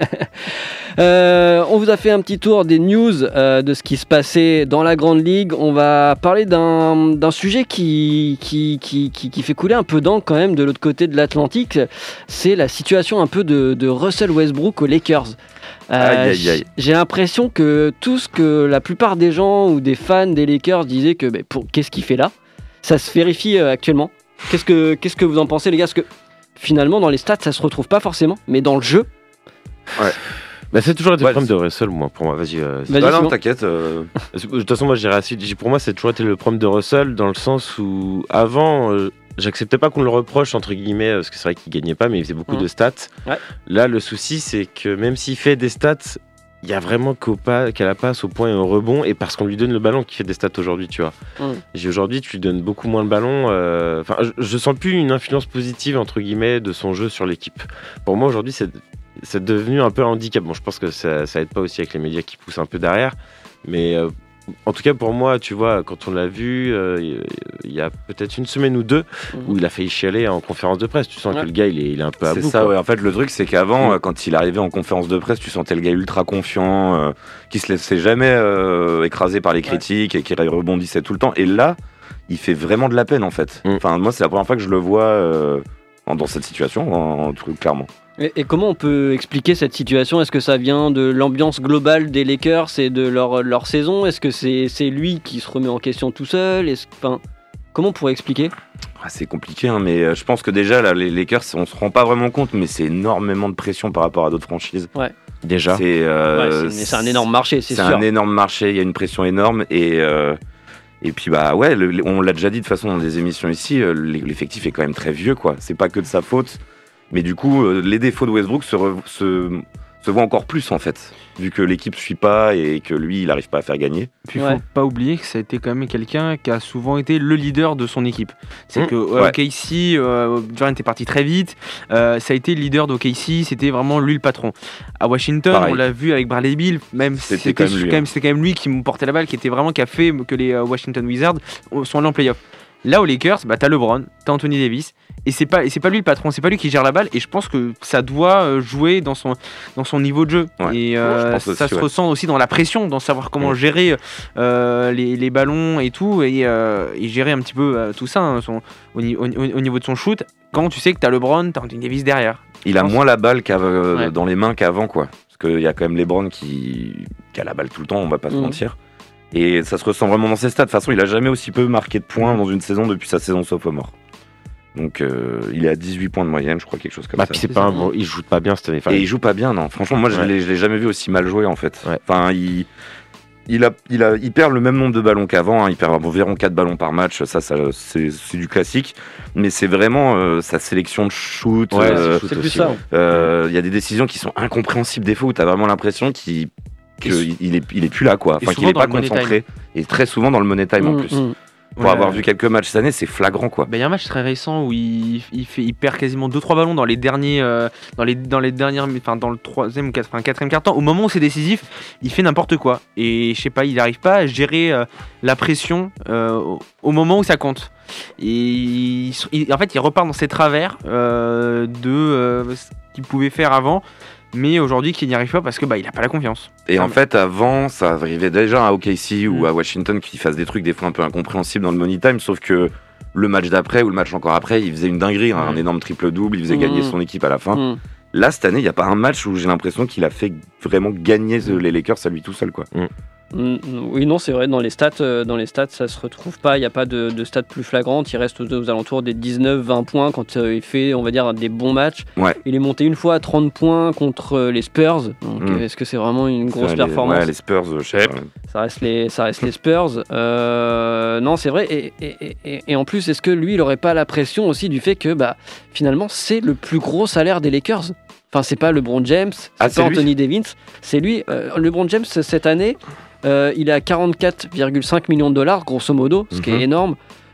euh, on vous a fait un petit tour des news euh, de ce qui se passait dans la Grande Ligue. On va parler d'un, d'un sujet qui, qui, qui, qui, qui fait couler un peu d'encre quand même de l'autre côté de l'Atlantique. C'est la situation un peu de, de Russell Westbrook aux Lakers. Euh, Aïe, aïe, aïe. J'ai l'impression que tout ce que la plupart des gens ou des fans des Lakers disaient que bah, pour, qu'est-ce qu'il fait là, ça se vérifie euh, actuellement. Qu'est-ce que, qu'est-ce que vous en pensez les gars? Parce que finalement dans les stats ça se retrouve pas forcément, mais dans le jeu... Ouais. Bah, c'est toujours été Ouais, le problème de Russell, moi, pour moi. Vas-y. Euh, Vas-y, Bah non, Simon. t'inquiète. euh, de toute façon, moi, je dirais assez. Pour moi, c'est toujours été le problème de Russell, dans le sens où, avant, euh, j'acceptais pas qu'on le reproche, entre guillemets, parce que c'est vrai qu'il gagnait pas, mais il faisait beaucoup Mhm. de stats. Ouais. Là, le souci, c'est que même s'il fait des stats, il y a vraiment qu'au pas, qu'à la passe, au point et au rebond, et parce qu'on lui donne le ballon qui fait des stats aujourd'hui, tu vois. Mhm. J'ai aujourd'hui, tu lui donnes beaucoup moins le ballon. euh, Enfin, je, je sens plus une influence positive, entre guillemets, de son jeu sur l'équipe. Pour moi, aujourd'hui, c'est. C'est devenu un peu un handicap. Bon, je pense que ça, ça aide pas aussi avec les médias qui poussent un peu derrière. Mais euh, en tout cas, pour moi, tu vois, quand on l'a vu, euh, il y a peut-être une semaine ou deux, Mhm. où il a failli chialer en conférence de presse. Tu sens Ouais. que le gars, il est, il est un peu à C'est bout. ça, quoi. ouais. En fait, le truc, c'est qu'avant, Mm. euh, quand il arrivait en conférence de presse, tu sentais le gars ultra confiant, euh, qui se laissait jamais euh, écraser par les critiques et qui rebondissait tout le temps. Et là, il fait vraiment de la peine, en fait. Mm. Enfin, moi, c'est la première fois que je le vois euh, en- dans cette situation, en, en tout, clairement. Et, et comment on peut expliquer cette situation? Est-ce que ça vient de l'ambiance globale des Lakers et de leur, leur saison? Est-ce que c'est, c'est lui qui se remet en question tout seul? Est-ce, enfin, comment on pourrait expliquer? Ah, c'est compliqué, hein, mais euh, je pense que déjà, là, les Lakers, on se rend pas vraiment compte, mais c'est énormément de pression par rapport à d'autres franchises. Déjà. C'est, euh, Ouais, c'est, c'est un énorme marché, c'est, C'est sûr. un énorme marché, il y a une pression énorme et euh, et puis bah ouais, le- on l'a déjà dit de toute façon dans des émissions ici, euh, l'effectif est quand même très vieux quoi. C'est pas que de sa faute, mais du coup euh, les défauts de Westbrook se, re- se se voient encore plus en fait, vu que l'équipe suit pas et que lui il arrive pas à faire gagner. Puis il Ouais. faut pas oublier que ça a été quand même quelqu'un qui a souvent été le leader de son équipe. C'est Mmh. que euh, Ouais. O K C, euh, Durant était parti très vite, euh, ça a été le leader d'O K C, c'était vraiment lui le patron. À Washington, Pareil. on l'a vu avec Bradley Beal, même C'était c'était quand même lui, quand même, hein. c'était quand même lui qui me portait la balle, qui était vraiment qui a fait que les euh, Washington Wizards sont allés en playoff. Là aux Lakers, bah, t'as LeBron, t'as Anthony Davis, et c'est pas, et c'est pas lui le patron, c'est pas lui qui gère la balle, et je pense que ça doit euh, jouer dans son, dans son niveau de jeu. Ouais. Et Ouais, euh, je pense ça aussi, se ouais. ressent aussi dans la pression, dans savoir comment Mm. gérer euh, les, les ballons et tout, et, euh, et gérer un petit peu euh, tout ça hein, son- au, ni- au- au niveau de son shoot, quand tu sais que t'as LeBron, t'as Anthony Davis derrière. Il a pense- moins la balle qu'av- euh, Ouais. dans les mains qu'avant quoi, parce qu'il y a quand même LeBron qui qui a la balle tout le temps, on va pas se Mhm. mentir. Et ça se ressent vraiment dans ses stats. De toute façon, il a jamais aussi peu marqué de points dans une saison depuis sa saison sophomore. Donc euh, il est à dix-huit points de moyenne, je crois, quelque chose comme Bah, ça. puis c'est pas un bon. Il joue pas bien cette année. Enfin, Et il joue pas bien, non. Franchement, moi, je Ouais. l'ai, je l'ai jamais vu aussi mal jouer, en fait. Ouais. Enfin, il, il, a, il, a, il perd le même nombre de ballons qu'avant. Hein. Il perd environ quatre ballons par match. Ça, ça c'est, c'est du classique. Mais c'est vraiment euh, sa sélection de shoot. Ouais, euh, c'est shoot C'est plus aussi, ça. ouais. euh, Il y a des décisions qui sont incompréhensibles des fois où tu as vraiment l'impression qu'il Et qu'il il est, il est plus là, quoi. et Enfin, qu'il souvent est dans pas le money concentré. Et très souvent dans le money time, en Mm, plus. mm. Pour Ouais. avoir vu quelques matchs cette année, c'est flagrant, quoi. Bah, y a un match très récent où il, il, fait, il perd quasiment deux trois ballons dans les derniers euh, dans les dans les dernières enfin dans le troisième ou quatre- enfin, quatrième quart temps. Au moment où c'est décisif, il fait n'importe quoi et je sais pas, il n'arrive pas à gérer euh, la pression euh, au, au moment où ça compte. Et il, il- en fait, il repart dans ses travers euh, de euh, ce qu'il pouvait faire avant. Mais aujourd'hui, qu'il n'y arrive pas parce que bah il a pas la confiance. Et Ah, en mais- fait, avant, ça arrivait déjà à O K C ou Mm. à Washington qui fassent des trucs des fois un peu incompréhensibles dans le money time, sauf que le match d'après ou le match encore après, il faisait une dinguerie, hein, Mm. un énorme triple-double, il faisait Mm. gagner son équipe à la fin. Mm. Là, cette année, il n'y a pas un match où j'ai l'impression qu'il a fait vraiment gagner euh, les Lakers à lui tout seul, quoi. Mm, Oui, non, c'est vrai, dans les stats, euh, dans les stats ça se retrouve pas, il n'y a pas de, de stats plus flagrantes, il reste aux, aux alentours des dix-neuf vingt points quand euh, il fait, on va dire, des bons matchs. Ouais. Il est monté une fois à trente points contre euh, les Spurs, donc Mm. euh, est-ce que c'est vraiment une grosse Les- performance? Ouais, les Spurs, euh, je sais Yep. pas. Ça reste les, ça reste les Spurs. Euh, non, c'est vrai. Et, et, et, et en plus, est-ce que lui, il aurait pas la pression aussi du fait que, bah, finalement, c'est le plus gros salaire des Lakers? Enfin, c'est pas LeBron James, c'est Ah, pas c'est lui Anthony Davis, c'est lui. Euh, LeBron James, cette année, euh, il est à quarante-quatre virgule cinq millions de dollars, grosso modo, ce qui Mhm. est énorme.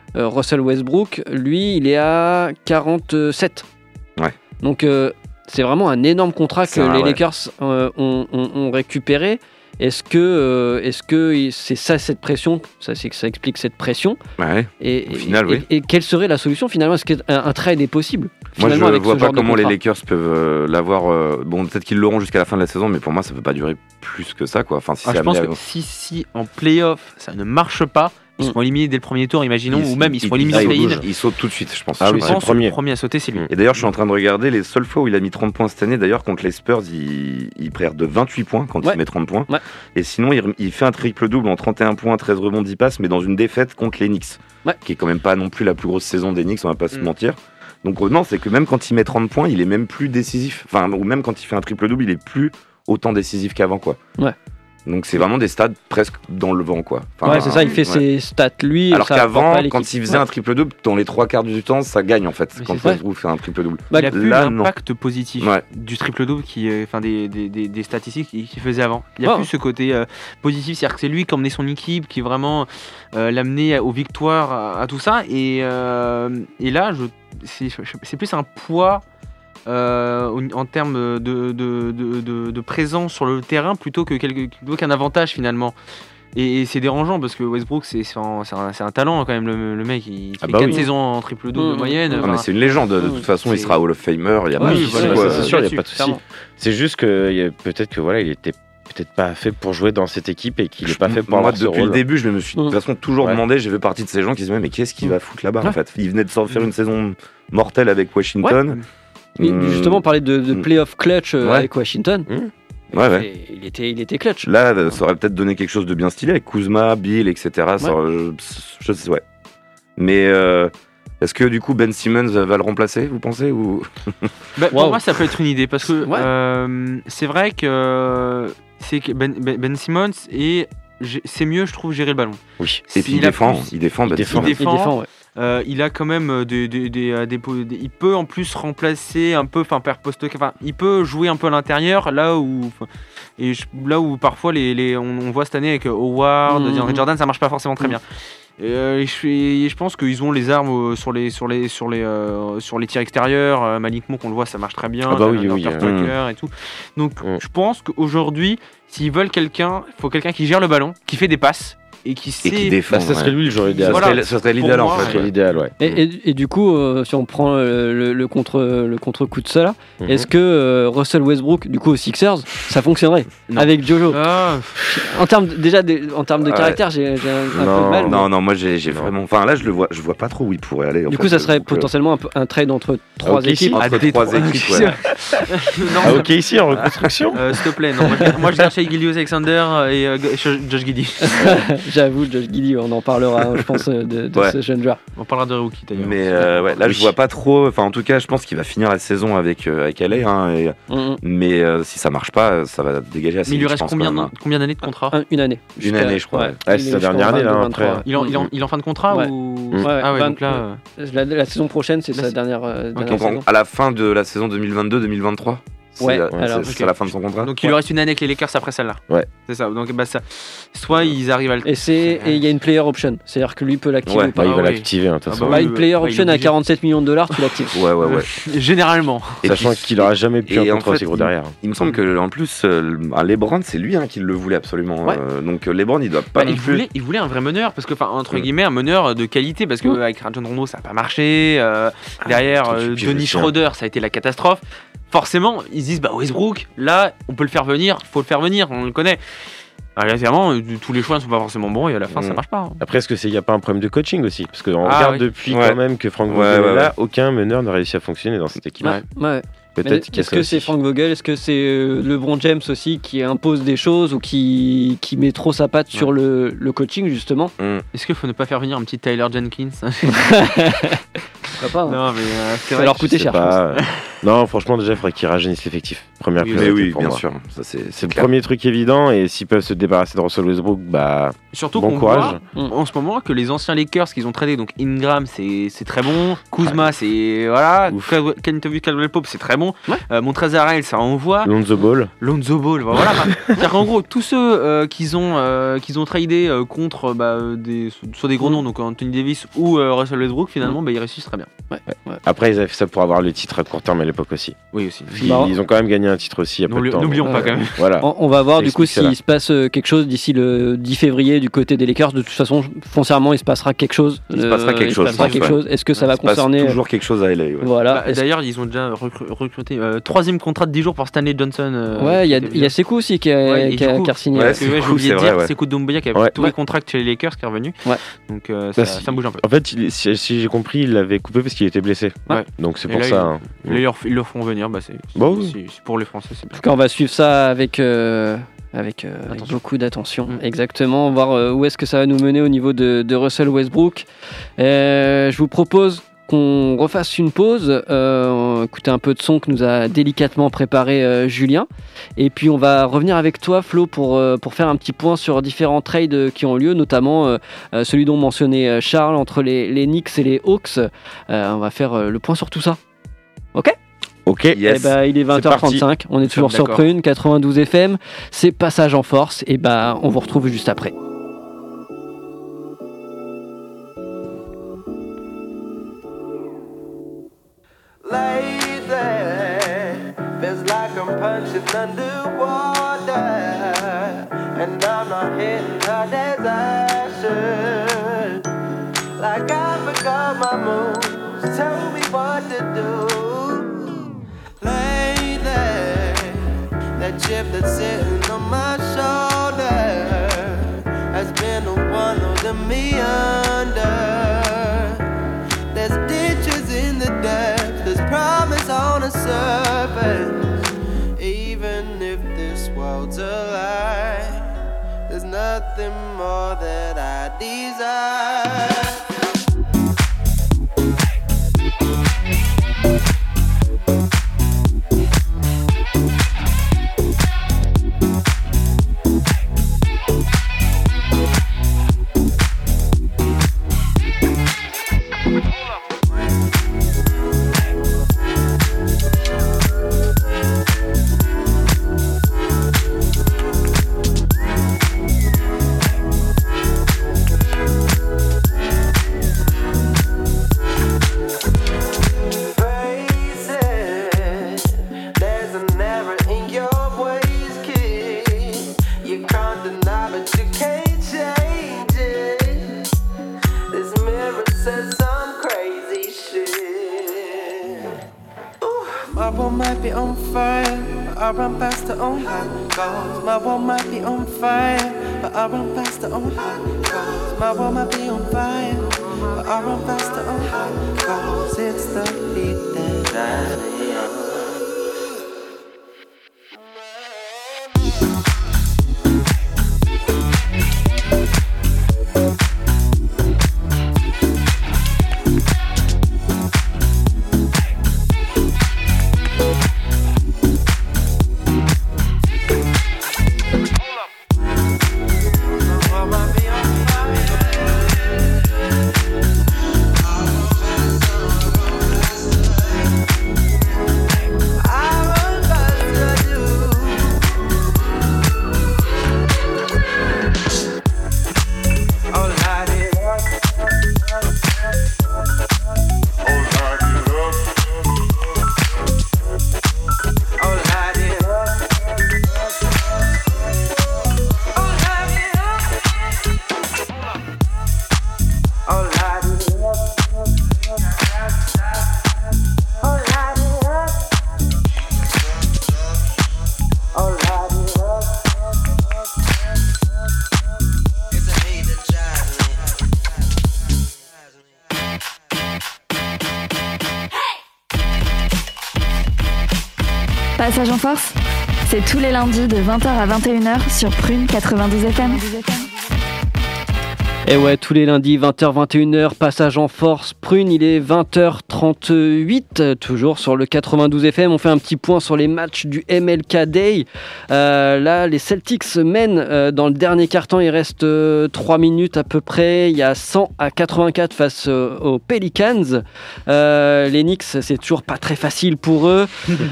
Euh, Russell Westbrook, lui, il est à quarante-sept. Ouais. Donc euh, c'est vraiment un énorme contrat que C'est un, les ouais. Lakers euh, ont, ont- ont récupéré. Est-ce que, euh, est-ce que c'est ça cette pression, ça, c'est que ça explique cette pression Ouais. et, Au et- final, et- oui. et quelle serait la solution finalement? Est-ce qu'un un trade est possible Moi, je finalement, avec vois ce pas genre de comment les contrat Lakers peuvent euh, l'avoir. euh, Bon, peut-être qu'ils l'auront jusqu'à la fin de la saison, mais pour moi, ça peut pas durer plus que ça, quoi. Enfin, si Ah, c'est je pense amené que à- si, si en playoff ça ne marche pas, ils Mm. seront éliminés dès le premier tour, imaginons, Ils- ou même ils seront ils- éliminés ils- en ils- play-in. Ils sautent tout de suite, je pense. Ah Je oui, pense. c'est le pense que premier. le premier à sauter, c'est lui. Et d'ailleurs, je suis en train de regarder les seules fois où il a mis trente points cette année. D'ailleurs, contre les Spurs, il, il perd de vingt-huit points quand Ouais. il met trente points. Ouais. Et sinon, il, il fait un triple-double en trente et un points, treize rebonds, dix passes, mais dans une défaite contre les Knicks. Ouais. Qui est quand même pas non plus la plus grosse saison des Knicks, on va pas se Mm. mentir. Donc, euh, non, c'est que même quand il met trente points, il est même plus décisif. Enfin, ou même quand il fait un triple-double, il est plus autant décisif qu'avant, quoi. Ouais. Donc, c'est vraiment des stats presque dans le vent, quoi. Enfin, Ouais, c'est ça, il fait ouais. ses stats lui. et Alors ça apporte qu'avant, pas l'équipe. quand il faisait Ouais. un triple-double, dans les trois quarts du temps, ça gagne en fait. Mais Quand c'est ça. Westbrook fait un triple-double. Bah, il a plus là, non. l'impact positif Ouais. du triple-double, qui, euh, enfin des, des, des, des statistiques qu'il qu'il faisait avant. Il n'y a Ouais. plus ce côté euh, positif, c'est-à-dire que c'est lui qui emmenait son équipe, qui vraiment euh, l'amenait aux victoires, à, à tout ça. Et, euh, et là, je, c'est, c'est plus un poids euh, au- en termes de, de, de, de, de présence sur le terrain plutôt, que quelque, plutôt qu'un avantage finalement. Et, et c'est dérangeant parce que Westbrook, c'est, c'est, un, c'est, un, c'est un talent quand même, le, le mec. Il Ah fait bah quatre oui. saisons en triple-double Mmh, moyenne. mmh. Ah, enfin, mais c'est une légende. De Ouais, toute façon, il c'est- sera Hall of Famer. Il y a Oui, pas de oui, souci, voilà, quoi. ça, c'est sûr, il n'y a là-dessus, pas de souci. clairement. C'est juste que il y a- peut-être que voilà, il était peut-être pas fait pour jouer dans cette équipe et qu'il n'est pas fait pour Moi, avoir ce depuis le rôle. début, je me suis de toute Mm. façon toujours Ouais. demandé. J'ai fait partie de ces gens qui se disaient mais qu'est-ce qu'il va foutre là-bas en Ouais. fait. Il venait de s'en faire une saison mortelle avec Washington. Et Mm. justement, parler de, de Mm. playoff clutch euh, Ouais. avec Washington. Ouais, ouais. Et il, était, il était clutch. Là, ça aurait peut-être donné quelque chose de bien stylé avec Kuzma, Bill, et cetera. Ça aurait- je, je sais, ouais. Mais euh, est-ce que du coup Ben Simmons va le remplacer, vous pensez ou... Bah, Pour Wow. moi, ça peut être une idée parce que Ouais. euh, c'est vrai que c'est que Ben, Ben, Ben Simmons et j'ai- c'est mieux, je trouve, gérer le ballon. Oui. Et puis il, Il a défend, plus- il défend, il Ben défend. Simmons. Il Il défend. défend, ouais. Euh, il a quand même euh, des, des, des, euh, des po- des- il peut en plus remplacer un peu, enfin faire poste, enfin il peut jouer un peu à l'intérieur là où et je- là où parfois les, les on, on voit cette année avec Howard, Mhm. DeAndre Jordan, ça marche pas forcément très Mhm. bien. Et, euh, et je, et je pense qu'ils ont les armes euh, sur les sur les sur les euh, sur les tirs extérieurs. Euh, Malik Monk, on le voit, ça marche très bien. Ah bah oui, Jalen oui, Carter euh. Tucker et tout. Donc Mhm. je pense qu'aujourd'hui, s'ils veulent quelqu'un, il faut quelqu'un qui gère le ballon, qui fait des passes et qui sait. Et qui défend. Bah, ça serait ouais. lui le joueur Ça idéal. Voilà. serait, ça serait l'idéal Pour en moi, Ça fait. serait l'idéal, ouais. Et, et- et du coup, euh, si on prend euh, le, le contre le contre coup de ça là, Mhm. est-ce que euh, Russell Westbrook, du coup aux Sixers, ça fonctionnerait Non. avec Jojo? Ah, En termes de- déjà de- en termes de Ouais. caractère, j'ai j'ai un, un peu Non, de mal. Non, non, moi j'ai j'ai Non. vraiment. Enfin là, je le vois, je vois pas trop où il pourrait aller. en Du fait. coup, ça serait Donc, euh, potentiellement un, peu- un trade entre trois ok, équipes. si. entre à trois Détroit. équipes. Ouais. non, Ah, ok, ici en reconstruction. Euh, S'il te plaît, non. Moi, je, moi, je garde chez Gilius Alexander et euh, Josh Giddey. J'avoue, Josh Giddey, on en parlera, hein, je pense, euh, de, de Ouais. ce jeune joueur. On parlera de rookie d'ailleurs. Mais euh, ouais, là, Oui. je vois pas trop. Enfin, en tout cas, je pense qu'il va finir la saison avec euh, avec L A. Hein, et- Mhm. Mais euh, si ça marche pas, ça va dégager assez Mais il lui vite, reste je pense, combien, quand même, d'an- combien d'années de contrat Un- une année. Une Jusqu'à- année, je crois, ouais. Ouais, il c'est est sa jusqu'en dernière année, là, vingt-deux, après. vingt-trois. il, est en, il, est en, il est en fin de contrat Ouais. ou Mm. Ouais, Ah ouais, vingt- donc là. euh, La, la saison prochaine, c'est Là, sa c'est- dernière, euh, dernière Donc, en- saison. à la fin de la saison deux mille vingt-deux deux mille vingt-trois. C'est Ouais, la- alors, c'est ok. c'est la fin de son contrat. Donc il lui reste une année avec les Lakers après celle-là. Ouais. C'est ça. Donc bah ça. Soit ils arrivent à le. Et c'est et il y a une player option, c'est-à-dire que lui peut l'activer Ouais, ou pas. Bah, il va Ah oui. l'activer, hein, de toute Ah façon. bah Bah, oui, une player ouais, il est option à obligé. quarante-sept millions de dollars, tu l'actives. Ouais, ouais, ouais. Généralement. Et Sachant puis, qu'il n'aura jamais pu et un en contrat fait, aussi gros il- derrière. il me semble que en plus, euh, à LeBron, c'est lui hein, qui le voulait absolument. Ouais. euh, donc euh, LeBron, il doit pas Bah, non il, plus. voulait, il voulait un vrai meneur parce que, enfin, entre Mm. guillemets, un meneur de qualité parce que Mm. avec Rajon Rondo ça n'a pas marché. euh, derrière, truc, euh, puis Denis aussi, hein. Schroeder, ça a été la catastrophe. Forcément, ils se disent bah Westbrook, là, on peut le faire venir, faut le faire venir, on le connaît. Alors, évidemment, euh, tous les choix ne sont pas forcément bons et à la fin, Mm. ça marche pas. hein. Après, est-ce qu'il n'y a pas un problème de coaching aussi? Parce qu'on Ah, regarde oui. depuis Ouais. quand même que Frank Ouais, Vogel ouais, est là, ouais. aucun meneur n'a réussi à fonctionner dans cette équipe. Ouais. Ouais. Mais Peut-être qu'il y a Est-ce ça que aussi. c'est Frank Vogel, est-ce que c'est euh, LeBron James aussi qui impose des choses ou qui, qui met trop sa patte sur le, le coaching justement? Est-ce qu'il faut ne pas faire venir un petit Tyler Jenkins? Pourquoi pas, hein. Non, mais euh, c'est Ça va vrai. leur Je coûter sais cher. pas, je pense. euh, Non, franchement, déjà, il faudrait qu'ils rajeunissent l'effectif. Première Oui, priorité oui, pour bien moi. sûr. Ça, c'est, c'est C'est le clair. premier truc évident, et s'ils peuvent se débarrasser de Russell Westbrook, bah. Surtout Bon qu'on courage. voit en ce moment que les anciens Lakers qu'ils ont tradés, donc Ingram c'est, c'est très bon, Kuzma c'est voilà, Ouf. Cal- Cal- Caldwell Pope c'est très bon, Ouais. euh, Montrezl Harrell ça envoie, Lonzo Ball. Lonzo Ball, bah, voilà. Enfin, c'est-à-dire qu'en gros tous ceux euh, qu'ils ont euh, qu'ils ont tradés euh, contre bah, euh, des soit des gros noms donc Anthony Davis ou euh, Russell Westbrook finalement bah, ils réussissent très bien. Ouais, ouais. Après, ils avaient fait ça pour avoir le titre à court terme à l'époque aussi. Oui aussi. Ils, Bah, ils ont quand même gagné un titre aussi il y a peu de N'oubli- temps. N'oublions donc, pas euh, quand même. Voilà. On, on va voir du coup Explique cela. s'il se passe euh, quelque chose d'ici le dix février du côté des Lakers. De toute façon, foncièrement, il se passera quelque chose. Il se passera quelque il chose, se passera je quelque pense, chose. Est-ce que ça Il va se passe concerner toujours quelque chose à L A. Ouais. Voilà. Bah, Est-ce- d'ailleurs ils ont déjà recru- recruté euh, troisième contrat de dix jours pour Stanley Johnson. euh, Ouais, il y a, qui était il y a Sekou aussi qui a, Ouais, et qui a, du coup- qui a signé. Ouais, Parce que, c'est ouais, j'ai cool, oublié c'est de vrai, dire, ouais. c'est Sekou Doumbouya qui a Ouais. tous les contrats chez les Lakers qui est revenu. Ouais. Donc euh, ça, Parce- ça bouge un peu. En fait, il- si, si j'ai compris, il l'avait coupé parce qu'il était blessé. Ouais. Donc c'est Et pour là, ça. il- hein. Là, ils, leur, ils leur font venir, bah, c'est, c'est- Bon, oui. c'est- c'est pour les Français, c'est En bien. tout cas, on va suivre ça avec, euh, avec, euh, avec Attention. beaucoup d'attention. Mm. Exactement, voir euh, où est-ce que ça va nous mener au niveau de, de Russell Westbrook. Euh, je vous propose qu'on refasse une pause, euh, écouter un peu de son que nous a délicatement préparé euh, Julien. Et puis on va revenir avec toi, Flo, pour, euh, pour faire un petit point sur différents trades euh, qui ont lieu, notamment euh, euh, celui dont mentionnait euh, Charles entre les, les Knicks et les Hawks. Euh, on va faire euh, le point sur tout ça. Ok ? Ok. Yes. Eh ben, il est vingt heures trente-cinq, on est toujours sur d'accord. Prune, quatre-vingt-douze F M, c'est Passage en Force, et ben on vous retrouve juste après. Lately, feels like I'm punching underwater, and I'm not hitting the disaster. Like I forgot my moves, tell me what to do. Lately, that chip that's sitting on my shoulder has been the one holding me under. There's ditches in the depths, there's promise on the surface. Even if this world's a lie, there's nothing more that I desire. There's an error in your ways, kid. You can't deny, but you can't change it. This mirror says some crazy shit. Ooh, my world might be on fire, but I run faster on hot goals. My world might be on fire, but I run faster on hot goals. My world might be on fire, but I run faster on hot goals. It's the beat that I need. Passage en Force, c'est tous les lundis de vingt heures à vingt et une heures sur Prune quatre-vingt-douze F M. Et ouais, tous les lundis, vingt heures vingt et une heures, passage en force. Prune, il est vingt heures trente-huit, toujours sur le quatre-vingt-douze F M. On fait un petit point sur les matchs du M L K Day. Euh, là, les Celtics mènent euh, dans le dernier quart-temps. Il reste euh, trois minutes à peu près. Il y a cent à quatre-vingt-quatre face euh, aux Pelicans. Euh, les Knicks, c'est toujours pas très facile pour eux.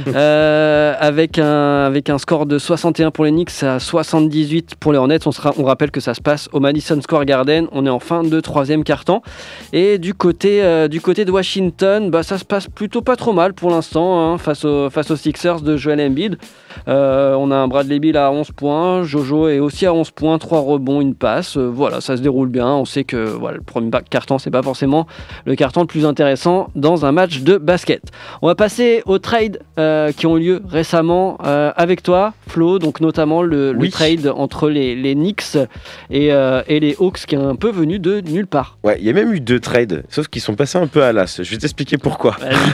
euh, avec, un, avec un score de soixante et un pour les Knicks, à soixante-dix-huit pour les Hornets. On, sera, on rappelle que ça se passe au Madison Square Garden. On est en fin de troisième quart-temps. Et du côté, euh, du côté de Washington, bah, ça se passe plutôt pas trop mal pour l'instant hein, face, au, face aux Sixers de Joel Embiid. Euh, on a un Bradley Beal à onze points, Jojo est aussi à onze points, trois rebonds, une passe. Euh, voilà, ça se déroule bien. On sait que voilà, le premier carton, c'est pas forcément le carton le plus intéressant dans un match de basket. On va passer aux trades euh, qui ont eu lieu récemment euh, avec toi, Flo, donc notamment le, oui. le trade entre les, les Knicks et, euh, et les Hawks qui est un peu venu de nulle part. Ouais, il y a même eu deux trades, sauf qu'ils sont passés un peu à l'as. Je vais t'expliquer pourquoi.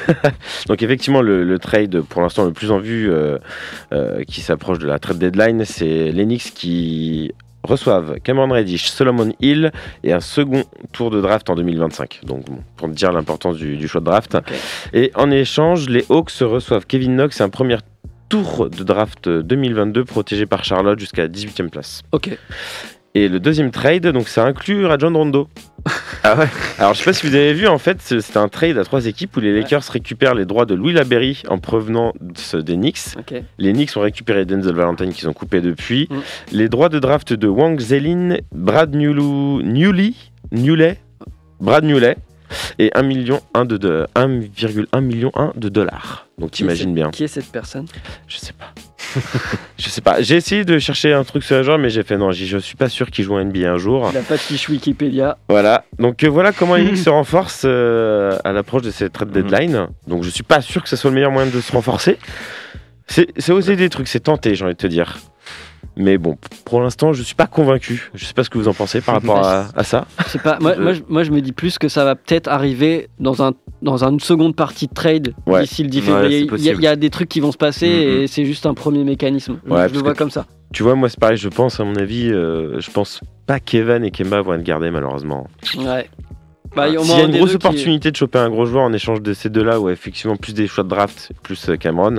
Donc effectivement, le, le trade pour l'instant le plus en vue euh, euh, qui s'approche de la trade deadline, c'est les Knicks qui reçoivent Cameron Reddish, Solomon Hill et un second tour de draft en deux mille vingt-cinq. Donc bon, pour te dire l'importance du, du choix de draft. Okay. Et en échange, les Hawks reçoivent Kevin Knox et un premier tour de draft deux mille vingt-deux protégé par Charlotte jusqu'à dix-huitième place. Ok. Et le deuxième trade, donc ça inclut Rajon Rondo. Ah ouais. Alors je sais pas si vous avez vu, en fait, c'était un trade à trois équipes où les Lakers ouais. récupèrent les droits de Louis Laberry en provenant des Knicks. Okay. Les Knicks ont récupéré Denzel Valentine qu'ils ont coupé depuis. Mm. Les droits de draft de Wang Zelin, Brad Newley, Newley, Newley, Brad Newley et un million un de, de un virgule un million un de dollars. Donc t'imagines bien. Qui est cette personne ? Je sais pas. Je sais pas. J'ai essayé de chercher un truc sur le genre, mais j'ai fait non, je suis pas sûr qu'il joue en N B A un jour. Il n'a pas de fiche Wikipédia. Voilà. Donc euh, voilà comment les Knicks se renforcent euh, à l'approche de cette trade deadline. Mm-hmm. Donc je suis pas sûr que ce soit le meilleur moyen de se renforcer. C'est, c'est oser des trucs, c'est tenté, j'ai envie de te dire. Mais bon, pour l'instant, je suis pas convaincu. Je sais pas ce que vous en pensez par rapport à, à ça. Je sais pas. Moi, moi, je, moi, je me dis plus que ça va peut-être arriver dans un dans une seconde partie de trade ouais. d'ici le dix février. Ouais, il, y a, il y a des trucs qui vont se passer mm-hmm. et c'est juste un premier mécanisme. Ouais, je le vois comme ça. Tu vois, moi, c'est pareil. Je pense, à mon avis, euh, je pense pas qu'Evan et Kemba vont être gardés malheureusement. Ouais. Bah, S'il y a une grosse opportunité qui... de choper un gros joueur en échange de ces deux-là, ou effectivement plus des choix de draft, plus Cameron,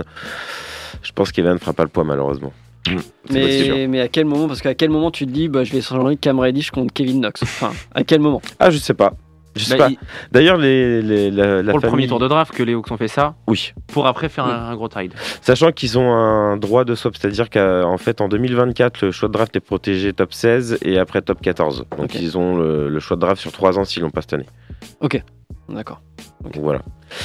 je pense qu'Evan ne fera pas le poids malheureusement. Mmh, mais, mais à quel moment ? Parce qu'à quel moment tu te dis bah, je vais changer Cam Reddish contre Kevin Knox ? Enfin, à quel moment ? Ah, je sais pas. Je sais bah, pas. Il... D'ailleurs, les, les, la, la pour famille... le premier tour de draft que les Hawks ont fait ça. Oui. Pour après faire mmh. un, un gros trade. Sachant qu'ils ont un droit de swap, c'est-à-dire qu'en fait en deux mille vingt-quatre, le choix de draft est protégé top seize et après top quatorze. Donc okay. ils ont le, le choix de draft sur trois ans s'ils l'ont pas cette année. Ok, d'accord. Okay. Voilà.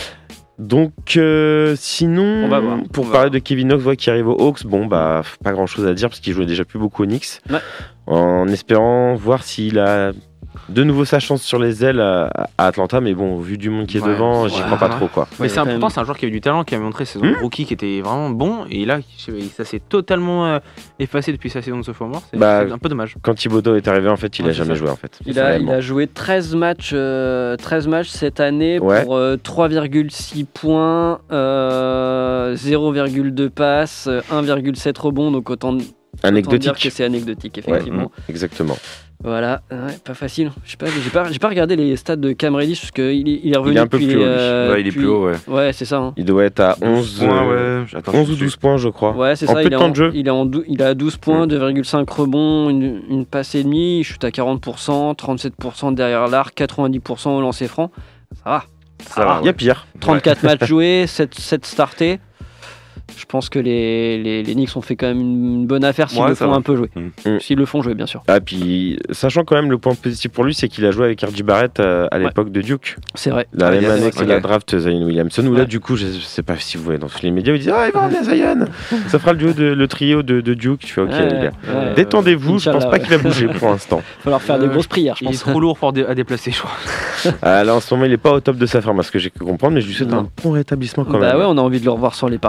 Donc euh, sinon, on va voir. pour on parler va de Kevin Knox ouais, qui arrive aux Hawks, bon bah pas grand chose à dire parce qu'il jouait déjà plus beaucoup aux Knicks. Ouais. En espérant voir s'il a de nouveau sa chance sur les ailes à, à Atlanta, mais bon, vu du monde qui est ouais, devant, j'y ouais, crois pas ouais. trop quoi. Mais ouais, c'est important, même... c'est un joueur qui avait du talent, qui a montré saison mmh. rookie qui était vraiment bon, et là, ça s'est totalement euh, effacé depuis sa saison de sophomore. C'est, bah, c'est un peu dommage. Quand Thibodeau est arrivé, en fait, il ouais, a jamais ça. joué en fait. Il a, il a joué treize matchs, euh, treize matchs cette année ouais. pour euh, trois virgule six points, euh, zéro virgule deux passes, un virgule sept rebonds, donc autant, autant dire que c'est anecdotique effectivement. Ouais, mmh, exactement. Voilà, ouais, pas facile. Je sais pas, j'ai pas, j'ai pas regardé les stats de Cam Reddish parce qu'il est, il est revenu. Il est un peu depuis, plus haut. Euh, ouais, il est puis... plus haut, ouais. Ouais, c'est ça. Hein. Il doit être à onze, points, ouais. Attends, onze ou douze points, je crois. Ouais, c'est en ça. Peu il, de est temps en, de jeu. il, est en dou- il a douze points, mmh. deux virgule cinq rebonds, une, une passe et demie. Il chute à quarante pour cent, trente-sept pour cent derrière l'arc, quatre-vingt-dix pour cent au lancer franc. Ça va. Ça, ça va. Il y a pire. trente-quatre ouais. matchs joués, sept, sept startés. Je pense que les, les, les Knicks ont fait quand même une bonne affaire s'ils ouais, le font va. un peu jouer. Mmh. S'ils le font jouer, bien sûr. Ah, puis, sachant quand même le point positif pour lui, c'est qu'il a joué avec R J Barrett à, à l'époque ouais. de Duke. C'est vrai. La même ouais, année que la draft Zion Williamson, où ouais. là, du coup, je sais pas si vous voyez dans tous les médias, ils disent ah, il va emmener Zion. Ça fera le, duo de, le trio de, de Duke. Tu fais ok, ouais, les gars. Ouais, détendez-vous, euh, je pense pas ouais. qu'il va bouger pour l'instant. Il va falloir faire euh, des grosses prières, je pense. Il est trop lourd pour dé- à déplacer, je crois. Ah, là, en ce moment, il est pas au top de sa forme, à ce que j'ai pu comprendre, mais je lui souhaite un bon rétablissement quand même. Bah ouais, on a envie de le revoir sur les parquets. Ah, j'espère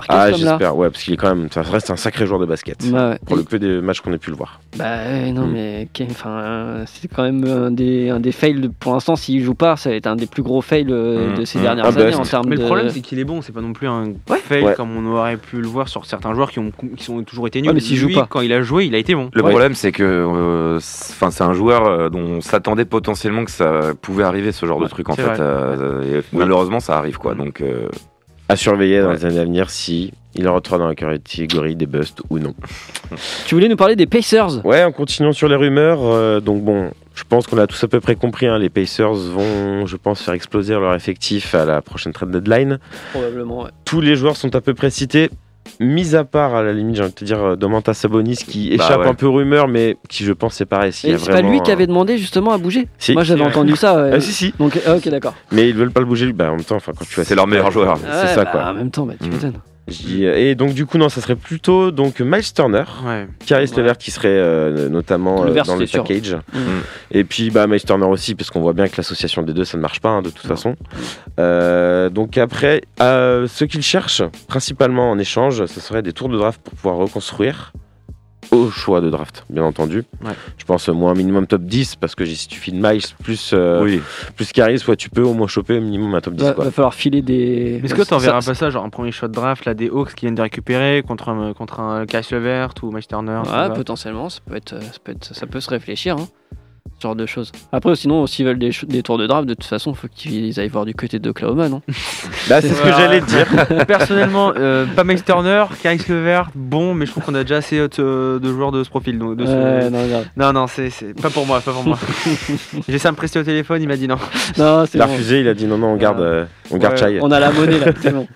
j'espère. Ouais, parce qu'il est quand même, ça reste un sacré joueur de basket. Bah ouais. Pour le peu des matchs qu'on ait pu le voir. Bah ouais, non, Mm. mais okay, enfin, euh, c'est quand même un des, un des fails. De, pour l'instant, s'il joue pas, ça va être un des plus gros fails euh, Mm. de ces Mm. dernières Un années bust. en termes Mais de. le problème, c'est qu'il est bon, c'est pas non plus un fail Ouais. comme on aurait pu le voir sur certains joueurs qui ont, qui sont toujours été nuls. Ouais, mais s'il joue Lui, pas. quand il a joué, il a été bon. Le Ouais. problème, c'est que euh, c'est 'fin, c'est un joueur euh, dont on s'attendait potentiellement que ça pouvait arriver, ce genre de truc, en c'est fait. vrai. euh, et malheureusement, ça arrive, quoi. Donc, euh, À surveiller dans Ouais. les années à venir si il rentrera dans la catégorie des busts ou non. Tu voulais nous parler des Pacers. Ouais, en continuant sur les rumeurs, euh, donc bon, je pense qu'on a tous à peu près compris, hein, les Pacers vont, je pense, faire exploser leur effectif à la prochaine trade deadline. Probablement, ouais. Tous les joueurs sont à peu près cités, mis à part, à la limite, j'ai envie de te dire, euh, Domantas Sabonis qui Bah échappe ouais. un peu aux rumeurs, mais qui, je pense, c'est pareil. s'il y Mais a c'est pas vraiment lui qui un- avait demandé justement à bouger. Si. Moi j'avais Si, ouais. entendu ça. ouais. Ah, si, si. Donc, ah, ok, d'accord. Mais ils veulent pas le bouger, lui. Bah, en même temps, enfin, quand tu as c'est leur meilleur joueur. C'est Ouais, ça, bah, quoi. En même temps, bah, tu Mm. m'étonnes. Je dis, euh, Et donc, du coup, non, ça serait plutôt donc Miles Turner, Ouais. Caris Ouais. Levert qui serait euh, notamment euh, Levert, dans le c'était sûr. package. Mm. Et puis bah, Miles Turner aussi, parce qu'on voit bien que l'association des deux, ça ne marche pas hein, de toute façon. Euh, donc après, euh, ce qu'ils cherchent principalement en échange, ce serait des tours de draft pour pouvoir reconstruire. Au choix de draft, bien entendu. Ouais. Je pense euh, moi un minimum top dix, parce que si tu files Miles plus, euh, oui. plus Caris, soit tu peux au moins choper au minimum un top dix. Va, Quoi. va falloir filer des. Mais est-ce que tu Ça- enverras pas ça, genre un premier shot de draft, là, des Hawks qui viennent de récupérer contre un, contre un Caris Levert ou Miles Turner ça Ouais, va. potentiellement, ça peut, être, ça, peut être, ça peut se réfléchir, hein, ce genre de choses. Après, sinon, s'ils veulent des, ch- des tours de draft, de toute façon, il faut qu'ils aillent voir du côté d'Oklahoma, non Là, c'est ce que Voilà. j'allais te dire. Personnellement, euh, pas Miles Turner, Caris Levert, bon, mais je trouve qu'on a déjà assez euh, de joueurs de ce profil. Donc de ce- Ouais, non, non, Non, non, c'est c'est pas pour moi, pas pour moi. J'ai ça me prester au téléphone, il m'a dit non. non, c'est Il a bon. refusé, il a dit non, non, on garde, euh, on garde Ouais, Chai. On a la monnaie là, c'est bon.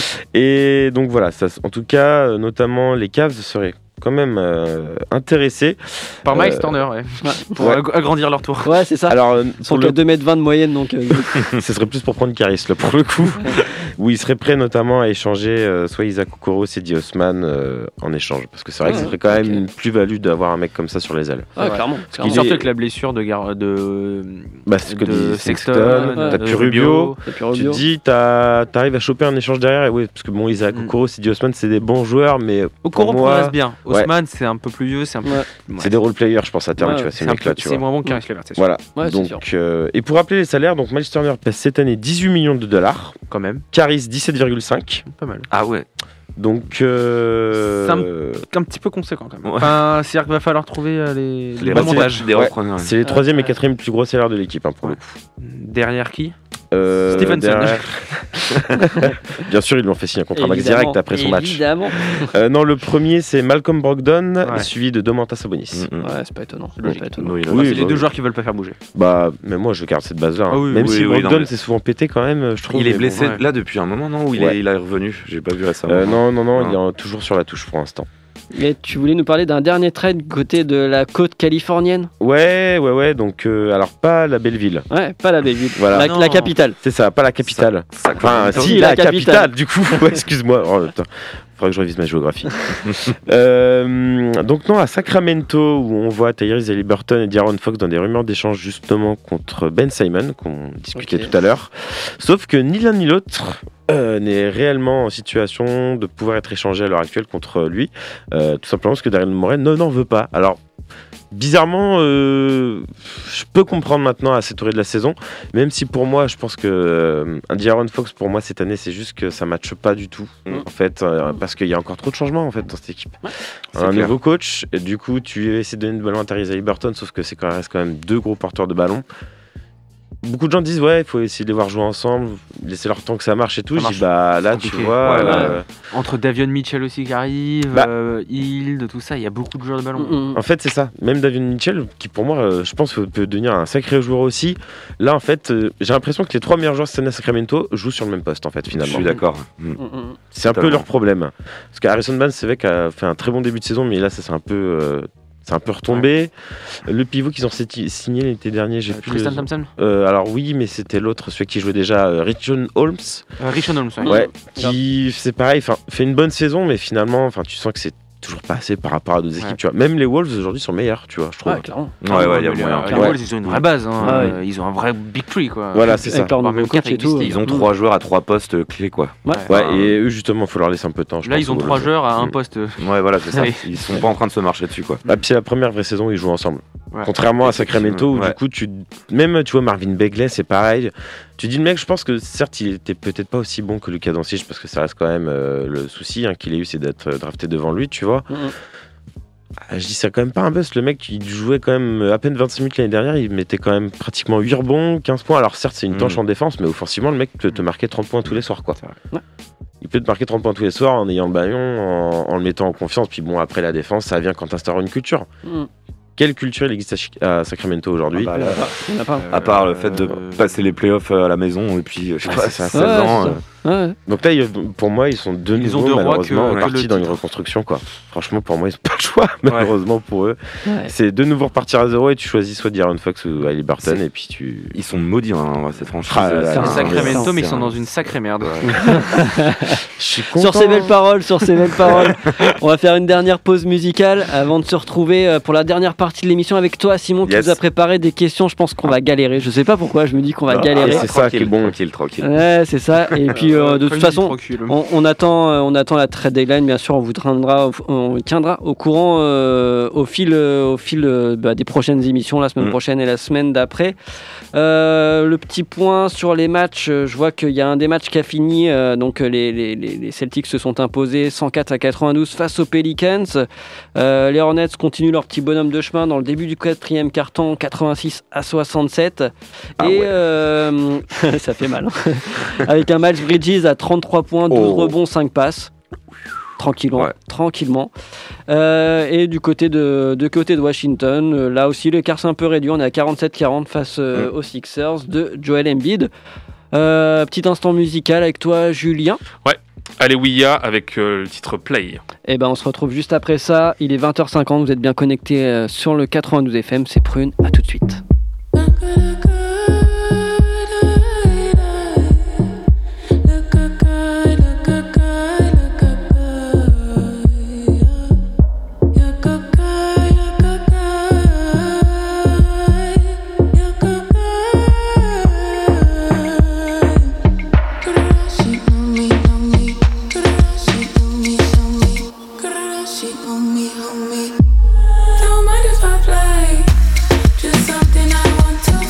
Et donc voilà, ça, en tout cas, euh, notamment les Cavs seraient quand même euh, intéressés. Par Miles Euh, Turner, ouais. Pour ouais. ag- agrandir leur tour. Ouais, c'est ça. Alors, euh, Ils sont pour qu'à le deux mètres vingt de moyenne, donc. euh, ce serait plus pour prendre Caris là pour le coup, où il serait prêt notamment à échanger euh, soit Isaac Okoro, Cedi Osman euh, en échange, parce que c'est vrai Ouais, que ce serait quand même ok. une plus-value d'avoir un mec comme ça sur les ailes. ouais, Ouais. clairement. Qui clairement. sortait est- avec la blessure de, Gar- de, Bah, c'est ce que de dit Sexton, Sexton, ouais, t'as de plus Rubio. Et puis Tu Rubio. te dis, t'as- t'arrives à choper un échange derrière, et oui, parce que bon, Isaac Mm. Okoro, Cedi Osman, c'est des bons joueurs, mais Okoro pour moi, progresse bien. ouais. Osman, c'est un peu plus vieux, c'est un peu. Ouais. Ouais. c'est des role players, je pense, à terme, Ouais, tu vois, ces C'est un mecs-là, peu- tu c'est vois. moins bon que Caris Levert, c'est sûr. Voilà. Ouais, c'est sûr. Donc, euh, et pour rappeler les salaires, donc Miles Turner pèse cette année dix-huit millions de dollars, Quand même, Caris dix-sept virgule cinq. pas mal. Ah ouais. Donc, euh, Ça Un petit peu conséquent quand même. Ouais. Enfin, c'est-à-dire qu'il va falloir trouver euh, les, les Les bons repreneurs- montages. des Ouais. repreneurs. c'est les troisième et quatrième plus gros salaires de l'équipe, hein, pour Ouais. le coup. Derrière qui Euh, Stevenson. derrière- Bien sûr, ils lui ont fait signer un contrat max Évidemment, direct après son match. Évidemment. Euh, non, le premier, c'est Malcolm Brogdon, Ouais. suivi de Domantas Sabonis. Mm, mm. Ouais, c'est pas étonnant. C'est Logique. pas étonnant. Non, il a- Oui, Enfin, c'est les bah deux oui. joueurs qui veulent pas faire bouger. Bah, mais moi, je garde cette base-là. hein. Ah oui, Même oui, si oui, Brogdon non, mais- s'est souvent pété quand même, je trouve. Il est mais bon. blessé ouais. là depuis un moment, non? Ou il, Ouais. est, il est revenu? J'ai pas vu récemment. Euh, non, non, non, Ah. il est toujours sur la touche pour l'instant. Mais tu voulais nous parler d'un dernier trade côté de la côte californienne. Ouais, ouais, ouais, donc, euh, alors pas la belle ville. Ouais, pas la Belleville. Voilà. La, Non. la capitale. C'est ça, pas la capitale. Ça, Enfin, ça- si, Si, la, la capitale. capitale. du coup. Ouais, excuse-moi. Oh, putain. Faudrait que je révise ma géographie. Euh, donc non, à Sacramento, où on voit Tyrese Haliburton et De'Aaron Fox dans des rumeurs d'échange justement contre Ben Simon, qu'on discutait Ok. tout à l'heure. Sauf que ni l'un ni l'autre euh, n'est réellement en situation de pouvoir être échangé à l'heure actuelle contre lui. Euh, tout simplement parce que Daryl Morey ne n'en veut pas. Alors, bizarrement, euh, je peux comprendre maintenant à cette orée de la saison, même si pour moi, je pense que euh, un De'Aaron Fox, pour moi, cette année, c'est juste que ça ne matche pas du tout, Mm. en fait, euh, parce qu'il y a encore trop de changements, en fait, dans cette équipe. c'est Un clair. nouveau coach, et du coup, tu essaies de donner le ballon à Tyrese Haliburton, sauf que c'est quand même, reste quand même deux gros porteurs de ballon. Beaucoup de gens disent, ouais, il faut essayer de les voir jouer ensemble, laisser leur temps que ça marche et tout. Ça Je marche. dis, bah là, tu compliqué. vois. Ouais, euh, Entre Davion Mitchell aussi qui arrive, Bah. euh, Hield, tout ça, il y a beaucoup de joueurs de ballon. Mm, mm. En fait, c'est ça. Même Davion Mitchell, qui pour moi, euh, je pense, peut devenir un sacré joueur aussi. Là, en fait, euh, j'ai l'impression que les trois meilleurs joueurs cette année à Sacramento jouent sur le même poste, en fait, Je finalement. suis d'accord. Mm. Mm, mm. C'est un peu Totalement. leur problème. Parce que Harrison Barnes, c'est vrai qu'il a fait un très bon début de saison, mais là, ça c'est un peu, euh, c'est un peu retombé. Le pivot qu'ils ont séti- signé l'été dernier, j'ai Euh, plus. Tristan le- Thompson Euh, alors oui, mais c'était l'autre, celui qui jouait déjà, euh, Richon Holmes. euh, Richon Holmes, ouais. Ouais. Qui, c'est pareil, enfin, fait une bonne saison, mais finalement, enfin, tu sens que c'est toujours pas assez par rapport à d'autres Ouais. équipes, tu vois. Même les Wolves aujourd'hui sont meilleurs, tu vois, je trouve. Ouais, clairement. Ouais, ouais, il y a les, moyen. les Ouais. Wolves, ils ont une vraie base. Hein. Ah ouais. Euh, Ils ont un vrai big tree, quoi. Voilà, c'est ça. Avec leur Voire nouveau même coach quatre et tout. existés. Ils ont trois joueurs à trois postes clés, quoi. Ouais. Ouais, Enfin, et eux, justement, il faut leur laisser un peu de temps. je Là, pense, ils ont aux trois Wolves. joueurs à un Mm. poste. Ouais, voilà, c'est ça. Oui. Ils sont pas en train de se marcher dessus, quoi. Ah, puis c'est la première vraie saison où ils jouent ensemble. Ouais. Contrairement à Sacramento, où Ouais. du coup, tu... même tu vois Marvin Bagley, c'est pareil. Tu dis le mec, je pense que certes, il était peut-être pas aussi bon que Luka Doncic, parce que ça reste quand même euh, le souci hein, qu'il ait eu, c'est d'être drafté devant lui, tu vois. Mhm. Ah, je dis ça quand même pas un buzz. Le mec, il jouait quand même à peine vingt-cinq minutes l'année dernière, il mettait quand même pratiquement huit rebonds, quinze points. Alors certes, c'est une torche Mhm. en défense, mais offensivement, le mec peut te marquer trente points tous les soirs, quoi. Ouais. Il peut te marquer trente points tous les soirs en ayant le ballon, en, en le mettant en confiance. Puis bon, après la défense, ça vient quand t'instaures une culture. Mm. Quelle culture il existe à, Chi- à Sacramento aujourd'hui? Ah bah, là, Il y en a pas. à part le fait de Euh, passer les playoffs à la maison, et puis, je sais Ouais, pas, c'est ça. seize Ouais, ans. c'est euh, ça. Ouais. Donc là, il- pour moi, ils sont de Ils ont nouveau deux rois malheureusement que- que partis le dans une titre. reconstruction, quoi. Franchement, pour moi, ils n'ont pas le choix, malheureusement pour eux. Ouais. C'est de nouveau repartir à zéro et tu choisis soit De'Aaron Fox ou Haliburton C'est- et puis tu. Ils sont maudits, hein, cette franchise. Ah là là, C'est c'est un- un Sacramento, c'est mais ils un- sont dans une sacrée merde. Je suis Sur ces belles paroles, sur ces belles paroles, on va faire une dernière pause musicale avant de se retrouver euh, pour la dernière partie de l'émission avec toi, Simon, qui Yes. nous a préparé des questions. Je pense qu'on va galérer. Je sais pas pourquoi, je me dis qu'on va Ah, galérer. c'est ça qui est tranquille, bon. Tranquille, tranquille. Ouais, c'est ça. Et puis euh, de toute Tranquille, façon, tranquille. on, on attend, euh, on attend la trade deadline. Bien sûr, on vous tiendra, au- on vous tiendra au courant euh, au fil, euh, au fil euh, bah, des prochaines émissions, la semaine Mm. prochaine et la semaine d'après. Euh, le petit point sur les matchs, euh, je vois qu'il y a un des matchs qui a fini. euh, donc euh, les, les, les les Celtics se sont imposés cent quatre à quatre-vingt-douze face aux Pelicans. Euh, les Hornets continuent leur petit bonhomme de chemin dans le début du quatrième quart-temps, quatre-vingt-six à soixante-sept. Ah et ouais. euh, ça fait mal. hein. Avec un Miles Bridges à trente-trois points, douze Oh. rebonds, cinq passes. Tranquillement, Ouais. tranquillement. Euh, et du côté de, de côté de Washington, euh, là aussi l'écart s'est un peu réduit. On est à quarante-sept quarante face euh, Mm. aux Sixers de Joel Embiid. Euh, petit instant musical avec toi, Julien. Alléluia avec euh, le titre Play. Et ben on se retrouve juste après ça. Il est vingt heures cinquante. Vous êtes bien connectés euh, sur le quatre-vingt-douze F M. C'est Prune. À tout de suite. Don't mind if I play, just something I want to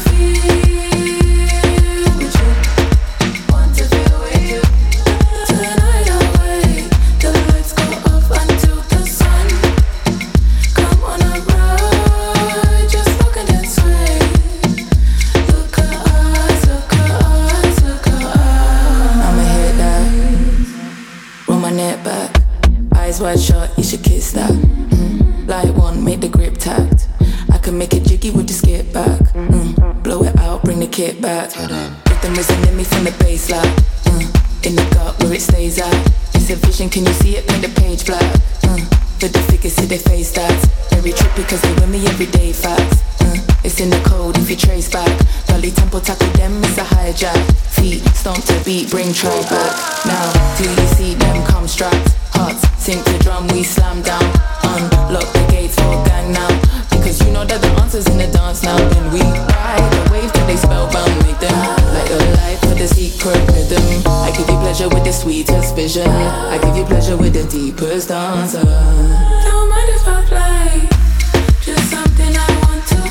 feel with you, want to feel with you. Tonight I'll wait till the lights go off until the sun. Come on a ride, just look at that sway. Look at us, look at us, look at us. I'ma hit that, roll my neck back, eyes wide shut, you should kiss that. Light one, make the grip tact. I can make it jiggy with the skip back. Mm. Blow it out, bring the kit back. Rhythm resonate me from the baseline. Mm. In the gut where it stays at. It's a vision, can you see it? Paint the page black. Mm. But the figures see their face stats. Very trippy cause they win me everyday facts. Mm. It's in the code if you trace back. Dolly tempo tackle them, it's a hijack. Feet stomp to beat, bring try back. Now, do you see them come strapped? Hearts sink to drum, we slam down. Unlock the gates for gang now. Because you know that the answer's in the dance now. Then we ride the wave till they spellbound. Make them light your life with the secret rhythm. I give you pleasure with the sweetest vision. I give you pleasure with the deepest answer. Don't mind if I play, just something I want to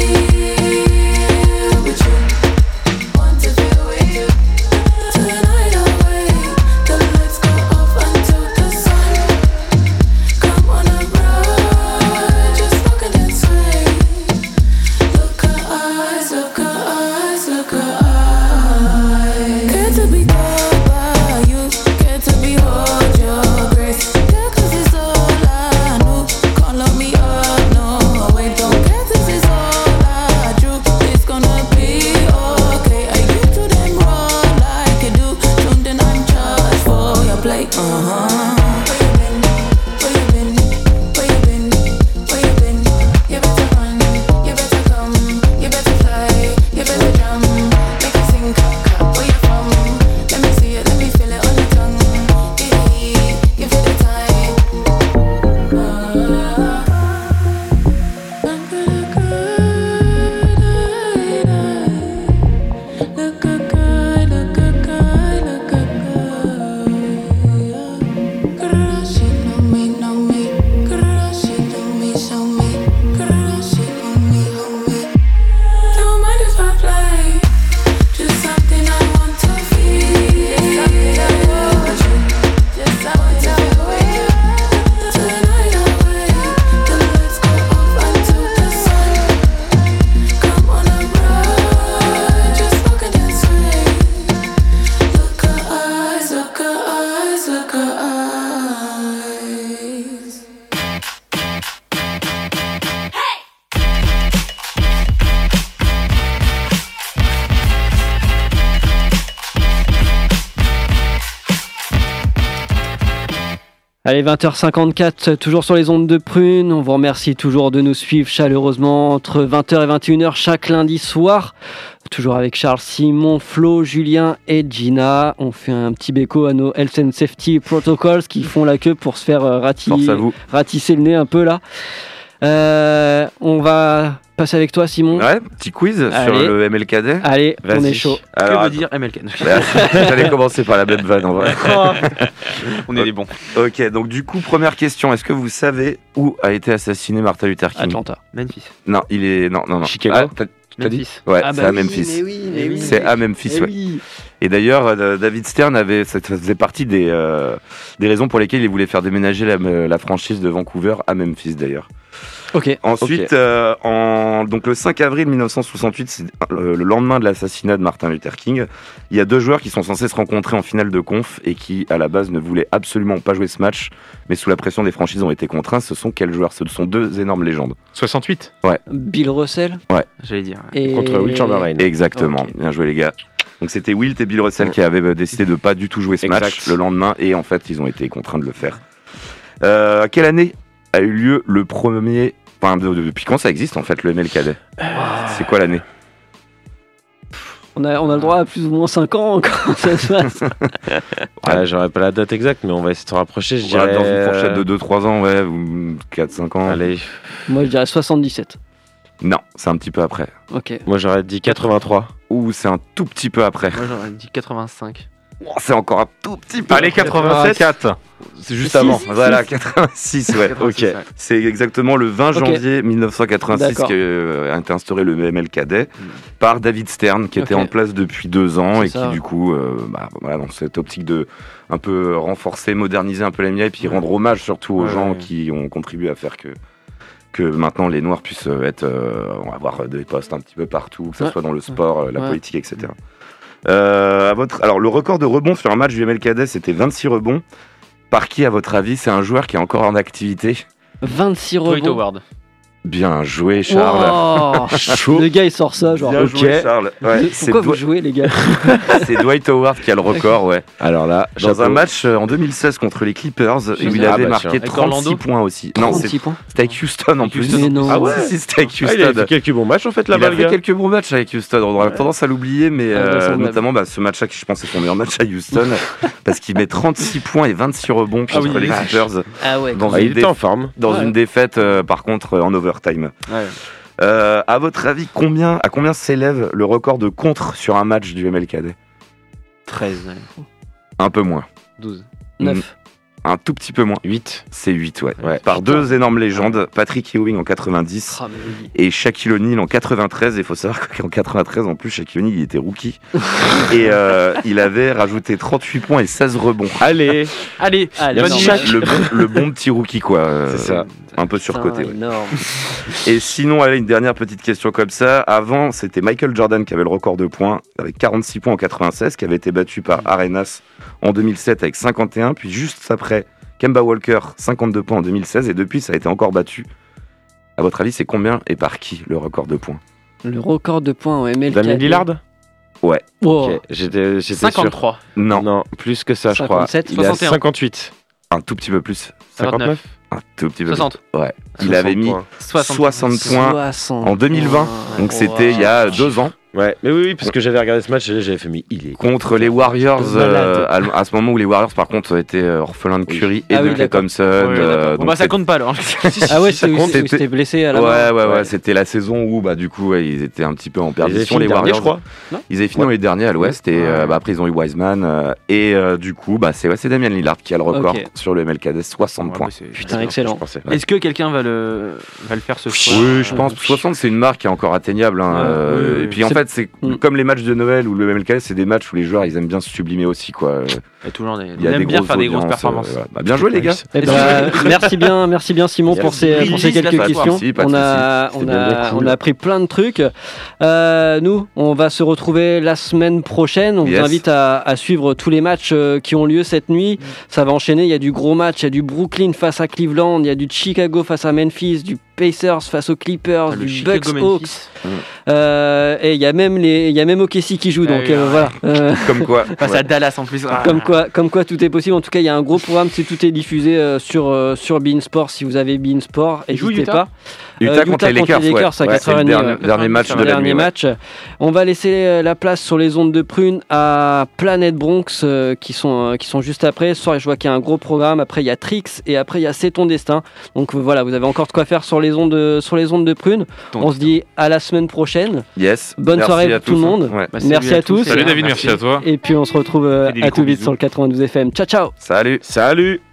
feel with you, want to feel with you. Tonight I'll wait till the lights go off until the sun. Come on a ride, just look at that sway. Look at us, look at us, look at us. Care to be called by you, care to behold your grace. Yeah, 'cause it's all I know. Can't lock me up, no, wait, don't care 'cause it's all I drew. It's gonna be okay. I give to them raw like you do. Something I'm charged for your plate. Uh-huh. Where you been? Where you been? Where you been? You better run, you better come, you better fly, you better jump. Make it sing, cut, cut. Where you from? Let me see it, let me feel it on your tongue. Yeah, give it the time. Oh, Allez, vingt heures cinquante-quatre, toujours sur les ondes de Prune. On vous remercie toujours de nous suivre chaleureusement entre vingt heures et vingt et une heures chaque lundi soir. Toujours avec Charles, Simon, Flo, Julien et Gina. On fait un petit béco à nos Health and Safety Protocols qui font la queue pour se faire euh, rati- Force à vous. ratisser le nez un peu là. Euh, on va passer avec toi, Simon. Ouais, petit quiz Allez. sur le M L K D. Allez, on Vas-y. est chaud. Que Alors, veut dire M L K? bah, j'allais commencer par la même vanne en vrai. On est des bons. Ok, donc du coup, première question. Est-ce que vous savez où a été assassiné Martin Luther King? Atlanta. Memphis. Non, il est. Non, non, non. Chicago. Ah, t'as, t'as dit Memphis. Ouais, Ah c'est bah à oui, Memphis. mais oui, mais oui. C'est à Memphis, Eh ouais. oui. Et d'ailleurs, euh, David Stern avait, ça faisait partie des, euh, des raisons pour lesquelles il voulait faire déménager la, la franchise de Vancouver à Memphis d'ailleurs. Ok. Ensuite, Ok. euh, en, donc le cinq avril mille neuf cent soixante-huit, c'est le, le lendemain de l'assassinat de Martin Luther King, il y a deux joueurs qui sont censés se rencontrer en finale de conf et qui, à la base, ne voulaient absolument pas jouer ce match, mais sous la pression des franchises ont été contraints. Ce sont quels joueurs? Ce sont deux énormes légendes. soixante-huit. Bill Russell J'allais dire. et Contre Will Chamberlain. Exactement, Ok. bien joué les gars. Donc c'était Wilt et Bill Russell qui avaient euh, décidé de pas du tout jouer ce Exact. match le lendemain et en fait ils ont été contraints de le faire. Euh, quelle année a eu lieu le premier... Enfin, de- de- depuis quand ça existe en fait le M L K D? C'est quoi l'année? on a, on a le droit à plus ou moins cinq ans quand ça se passe. Ah, j'aurais pas la date exacte, mais on va essayer de se rapprocher. Je Voilà, dirais. dans une fourchette de deux trois ans, ouais, ou quatre cinq ans. Allez, Moi je dirais soixante-dix-sept. Non, c'est un petit peu après. Ok. moi j'aurais dit quatre-vingt-trois. Ou c'est un tout petit peu après. Moi j'aurais dit quatre-vingt-cinq. Oh, c'est encore un tout petit peu Allez, après. quatre-vingt-sept. C'est juste avant. Voilà, quatre-vingt-six, ouais. quatre-vingt-six, Ok. ouais. C'est exactement le vingt Ok. janvier mille neuf cent quatre-vingt-six D'accord. qu'a euh, été instauré le M L K D par David Stern, qui était Ok. en place depuis deux ans C'est et ça. qui, du coup, euh, bah, voilà, dans cette optique de un peu renforcer, moderniser un peu l'N B A et puis rendre hommage surtout aux Ouais, gens ouais. qui ont contribué à faire que que maintenant les Noirs puissent euh, être, euh, on va avoir des postes un petit peu partout, que ce Ouais. soit dans le sport, euh, la Ouais. politique, et cetera. Euh, à votre... Alors, le record de rebonds sur un match du M L K D, c'était vingt-six rebonds. Par qui, à votre avis, c'est un joueur qui est encore en activité? vingt-six Dwight rebonds. Howard. Bien joué, Charles. Wow. Chaud. Le gars il sort ça genre. Bien ok. joué, Charles. Ouais, c'est, Pourquoi vous Dwi- jouez les gars? c'est Dwight Howard qui a le record, ouais. Alors là, Dans chapeau. un match euh, en deux mille seize contre les Clippers, où il Ah avait bah, marqué tiens. Avec trente-six Orlando points aussi. Non, c'est- trente-six points. c'était avec Houston en Avec plus. Houston. Mais non. Ah ouais, si, c'était avec Ah, il a Houston. fait quelques bons matchs en fait Il là-bas, a le fait gars. quelques bons matchs avec Houston. On aurait tendance à l'oublier, mais Ah, euh, vraisemblable. notamment bah, ce match-là qui je pense c'est son meilleur match à Houston parce qu'il met trente-six points et vingt-six rebonds Ah contre oui, les vache. Clippers Ah ouais. dans, Ah, une, il était dé- en forme. dans Ouais. une défaite euh, par contre euh, en overtime. Ouais. Euh, à votre avis, combien, à combien s'élève le record de contre sur un match du M L K D? treize. ouais. Un peu moins. douze. neuf. Un tout petit peu moins. huit. C'est huit, ouais. Ouais. Par deux énormes légendes, Patrick Ewing en quatre-vingt-dix Ah, mais oui. et Shaquille O'Neal en quatre-vingt-treize. Et il faut savoir qu'en quatre-vingt-treize, en plus, Shaquille O'Neal, il était rookie. et euh, il avait rajouté trente-huit points et seize rebonds. Allez, Allez, Allez, bonne non, image. Le, bon- le bon petit rookie, quoi. euh, c'est ça. Un peu surcoté. Putain, ouais. énorme. Et sinon, allez, une dernière petite question comme ça. Avant, c'était Michael Jordan qui avait le record de points, avec quarante-six points en quatre-vingt-seize, qui avait été battu par Arenas en deux mille sept avec cinquante et un. Puis juste après, Kemba Walker, cinquante-deux points en deux mille seize. Et depuis, ça a été encore battu. À votre avis, c'est combien et par qui le record de points? Le record de points au M L K D. Damien Lillard. Wow. Ok, j'étais, j'étais sûr. cinquante-trois. Non, Non, plus que ça, je crois. cinquante-sept, Il est à soixante et un. cinquante-huit. un tout petit peu plus. cinquante-neuf. Un tout petit peu soixante. plus. Ouais. Il avait mis points. soixante. soixante points soixante en deux mille vingt. Donc c'était il y a deux ans. Ouais, mais oui, oui, parce que j'avais regardé ce match et j'avais fait, mais il est. Contre les Warriors, De malade. euh, à, à ce moment où les Warriors par contre étaient euh, orphelins de Curry et Ah de oui, Klay d'accord. Thompson. Ouais, euh, Bon donc bah ça c'est- compte pas alors. Ah ouais, c'est compte, où c'était- c'était blessé à Ouais, la main. ouais, ouais, Ouais. c'était la saison où bah du coup ouais, ils étaient un petit peu en Ils avaient perdition fini les dernier, Warriors. je crois. Ils avaient fini dans les derniers à l'Ouest et euh, bah, après ils ont eu Wiseman euh, et euh, du coup bah c'est ouais, c'est Damian Lillard qui a le record Ok. sur le M L K D, soixante points. Putain, excellent. Je pensais. Est-ce que quelqu'un va le va le faire ce soir? Oui, je pense. soixante, c'est une marque qui est encore atteignable. hein, Ouais, euh, oui, oui, et puis en c'est- fait, c'est Mm. comme les matchs de Noël ou le M L K D, c'est des matchs où les joueurs ils aiment bien se sublimer aussi, quoi. Il y a toujours des. Il y a On aime des bien grosses faire des grosses audiences, performances. euh, voilà. Bah, bien joué, les gars. Eh ben, merci bien, merci bien Simon pour ces, Merci. pour ces Release, quelques la questions. Si, pas de on a, souci. on C'était bien, a, bien cool. on a appris plein de trucs. Euh, nous, on va se retrouver la semaine prochaine. On Yes. vous invite à, à suivre tous les matchs euh, qui ont lieu cette nuit. Ça va enchaîner. Il y a du gros match. Il y a du Brooklyn face à Cleveland. Il y a du Chicago face à Memphis, du Pacers face aux Clippers, Le du Chicago Bucks Hawks. Memphis. Euh, et il y a même les, il y a même O K C qui joue, Ah donc oui, euh, ouais. voilà. Euh, Comme quoi. Passe à Dallas en plus. Ah. Comme quoi, comme quoi tout est possible. En tout cas, il y a un gros programme. C'est tout est diffusé euh, sur euh, sur beIN Sport. Si vous avez beIN Sport, Ils jouent n'hésitez Utah pas. Utah Euh, contre les Lakers, les Lakers ouais. à Ouais, c'est le quatre heures trente. dernier, ouais. dernier match de la Dernier nuit. ouais. match. On va laisser euh, la place sur les ondes de Prune à Planète Bronx euh, qui sont euh, qui sont juste après. Ce soir, je vois qu'il y a un gros programme. Après, il y a Trix et après il y a C'est ton destin. Donc euh, voilà, vous avez encore de quoi faire sur les ondes de, sur les ondes de Prune. Ton On se dit à la semaine prochaine. Yes. Bonne Merci soirée à pour tout le tous, hein. monde. Ouais. Bah, salut Merci à tous. Salut David, Merci. merci à toi. Et puis on se retrouve euh, Fais des à gros tout vite bisous. sur le quatre-vingt-douze F M. Ciao ciao. Salut. Salut.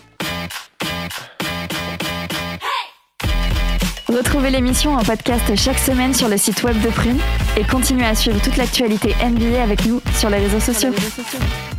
Retrouvez l'émission en podcast chaque semaine sur le site web de Prune et continuez à suivre toute l'actualité N B A avec nous sur les réseaux sociaux.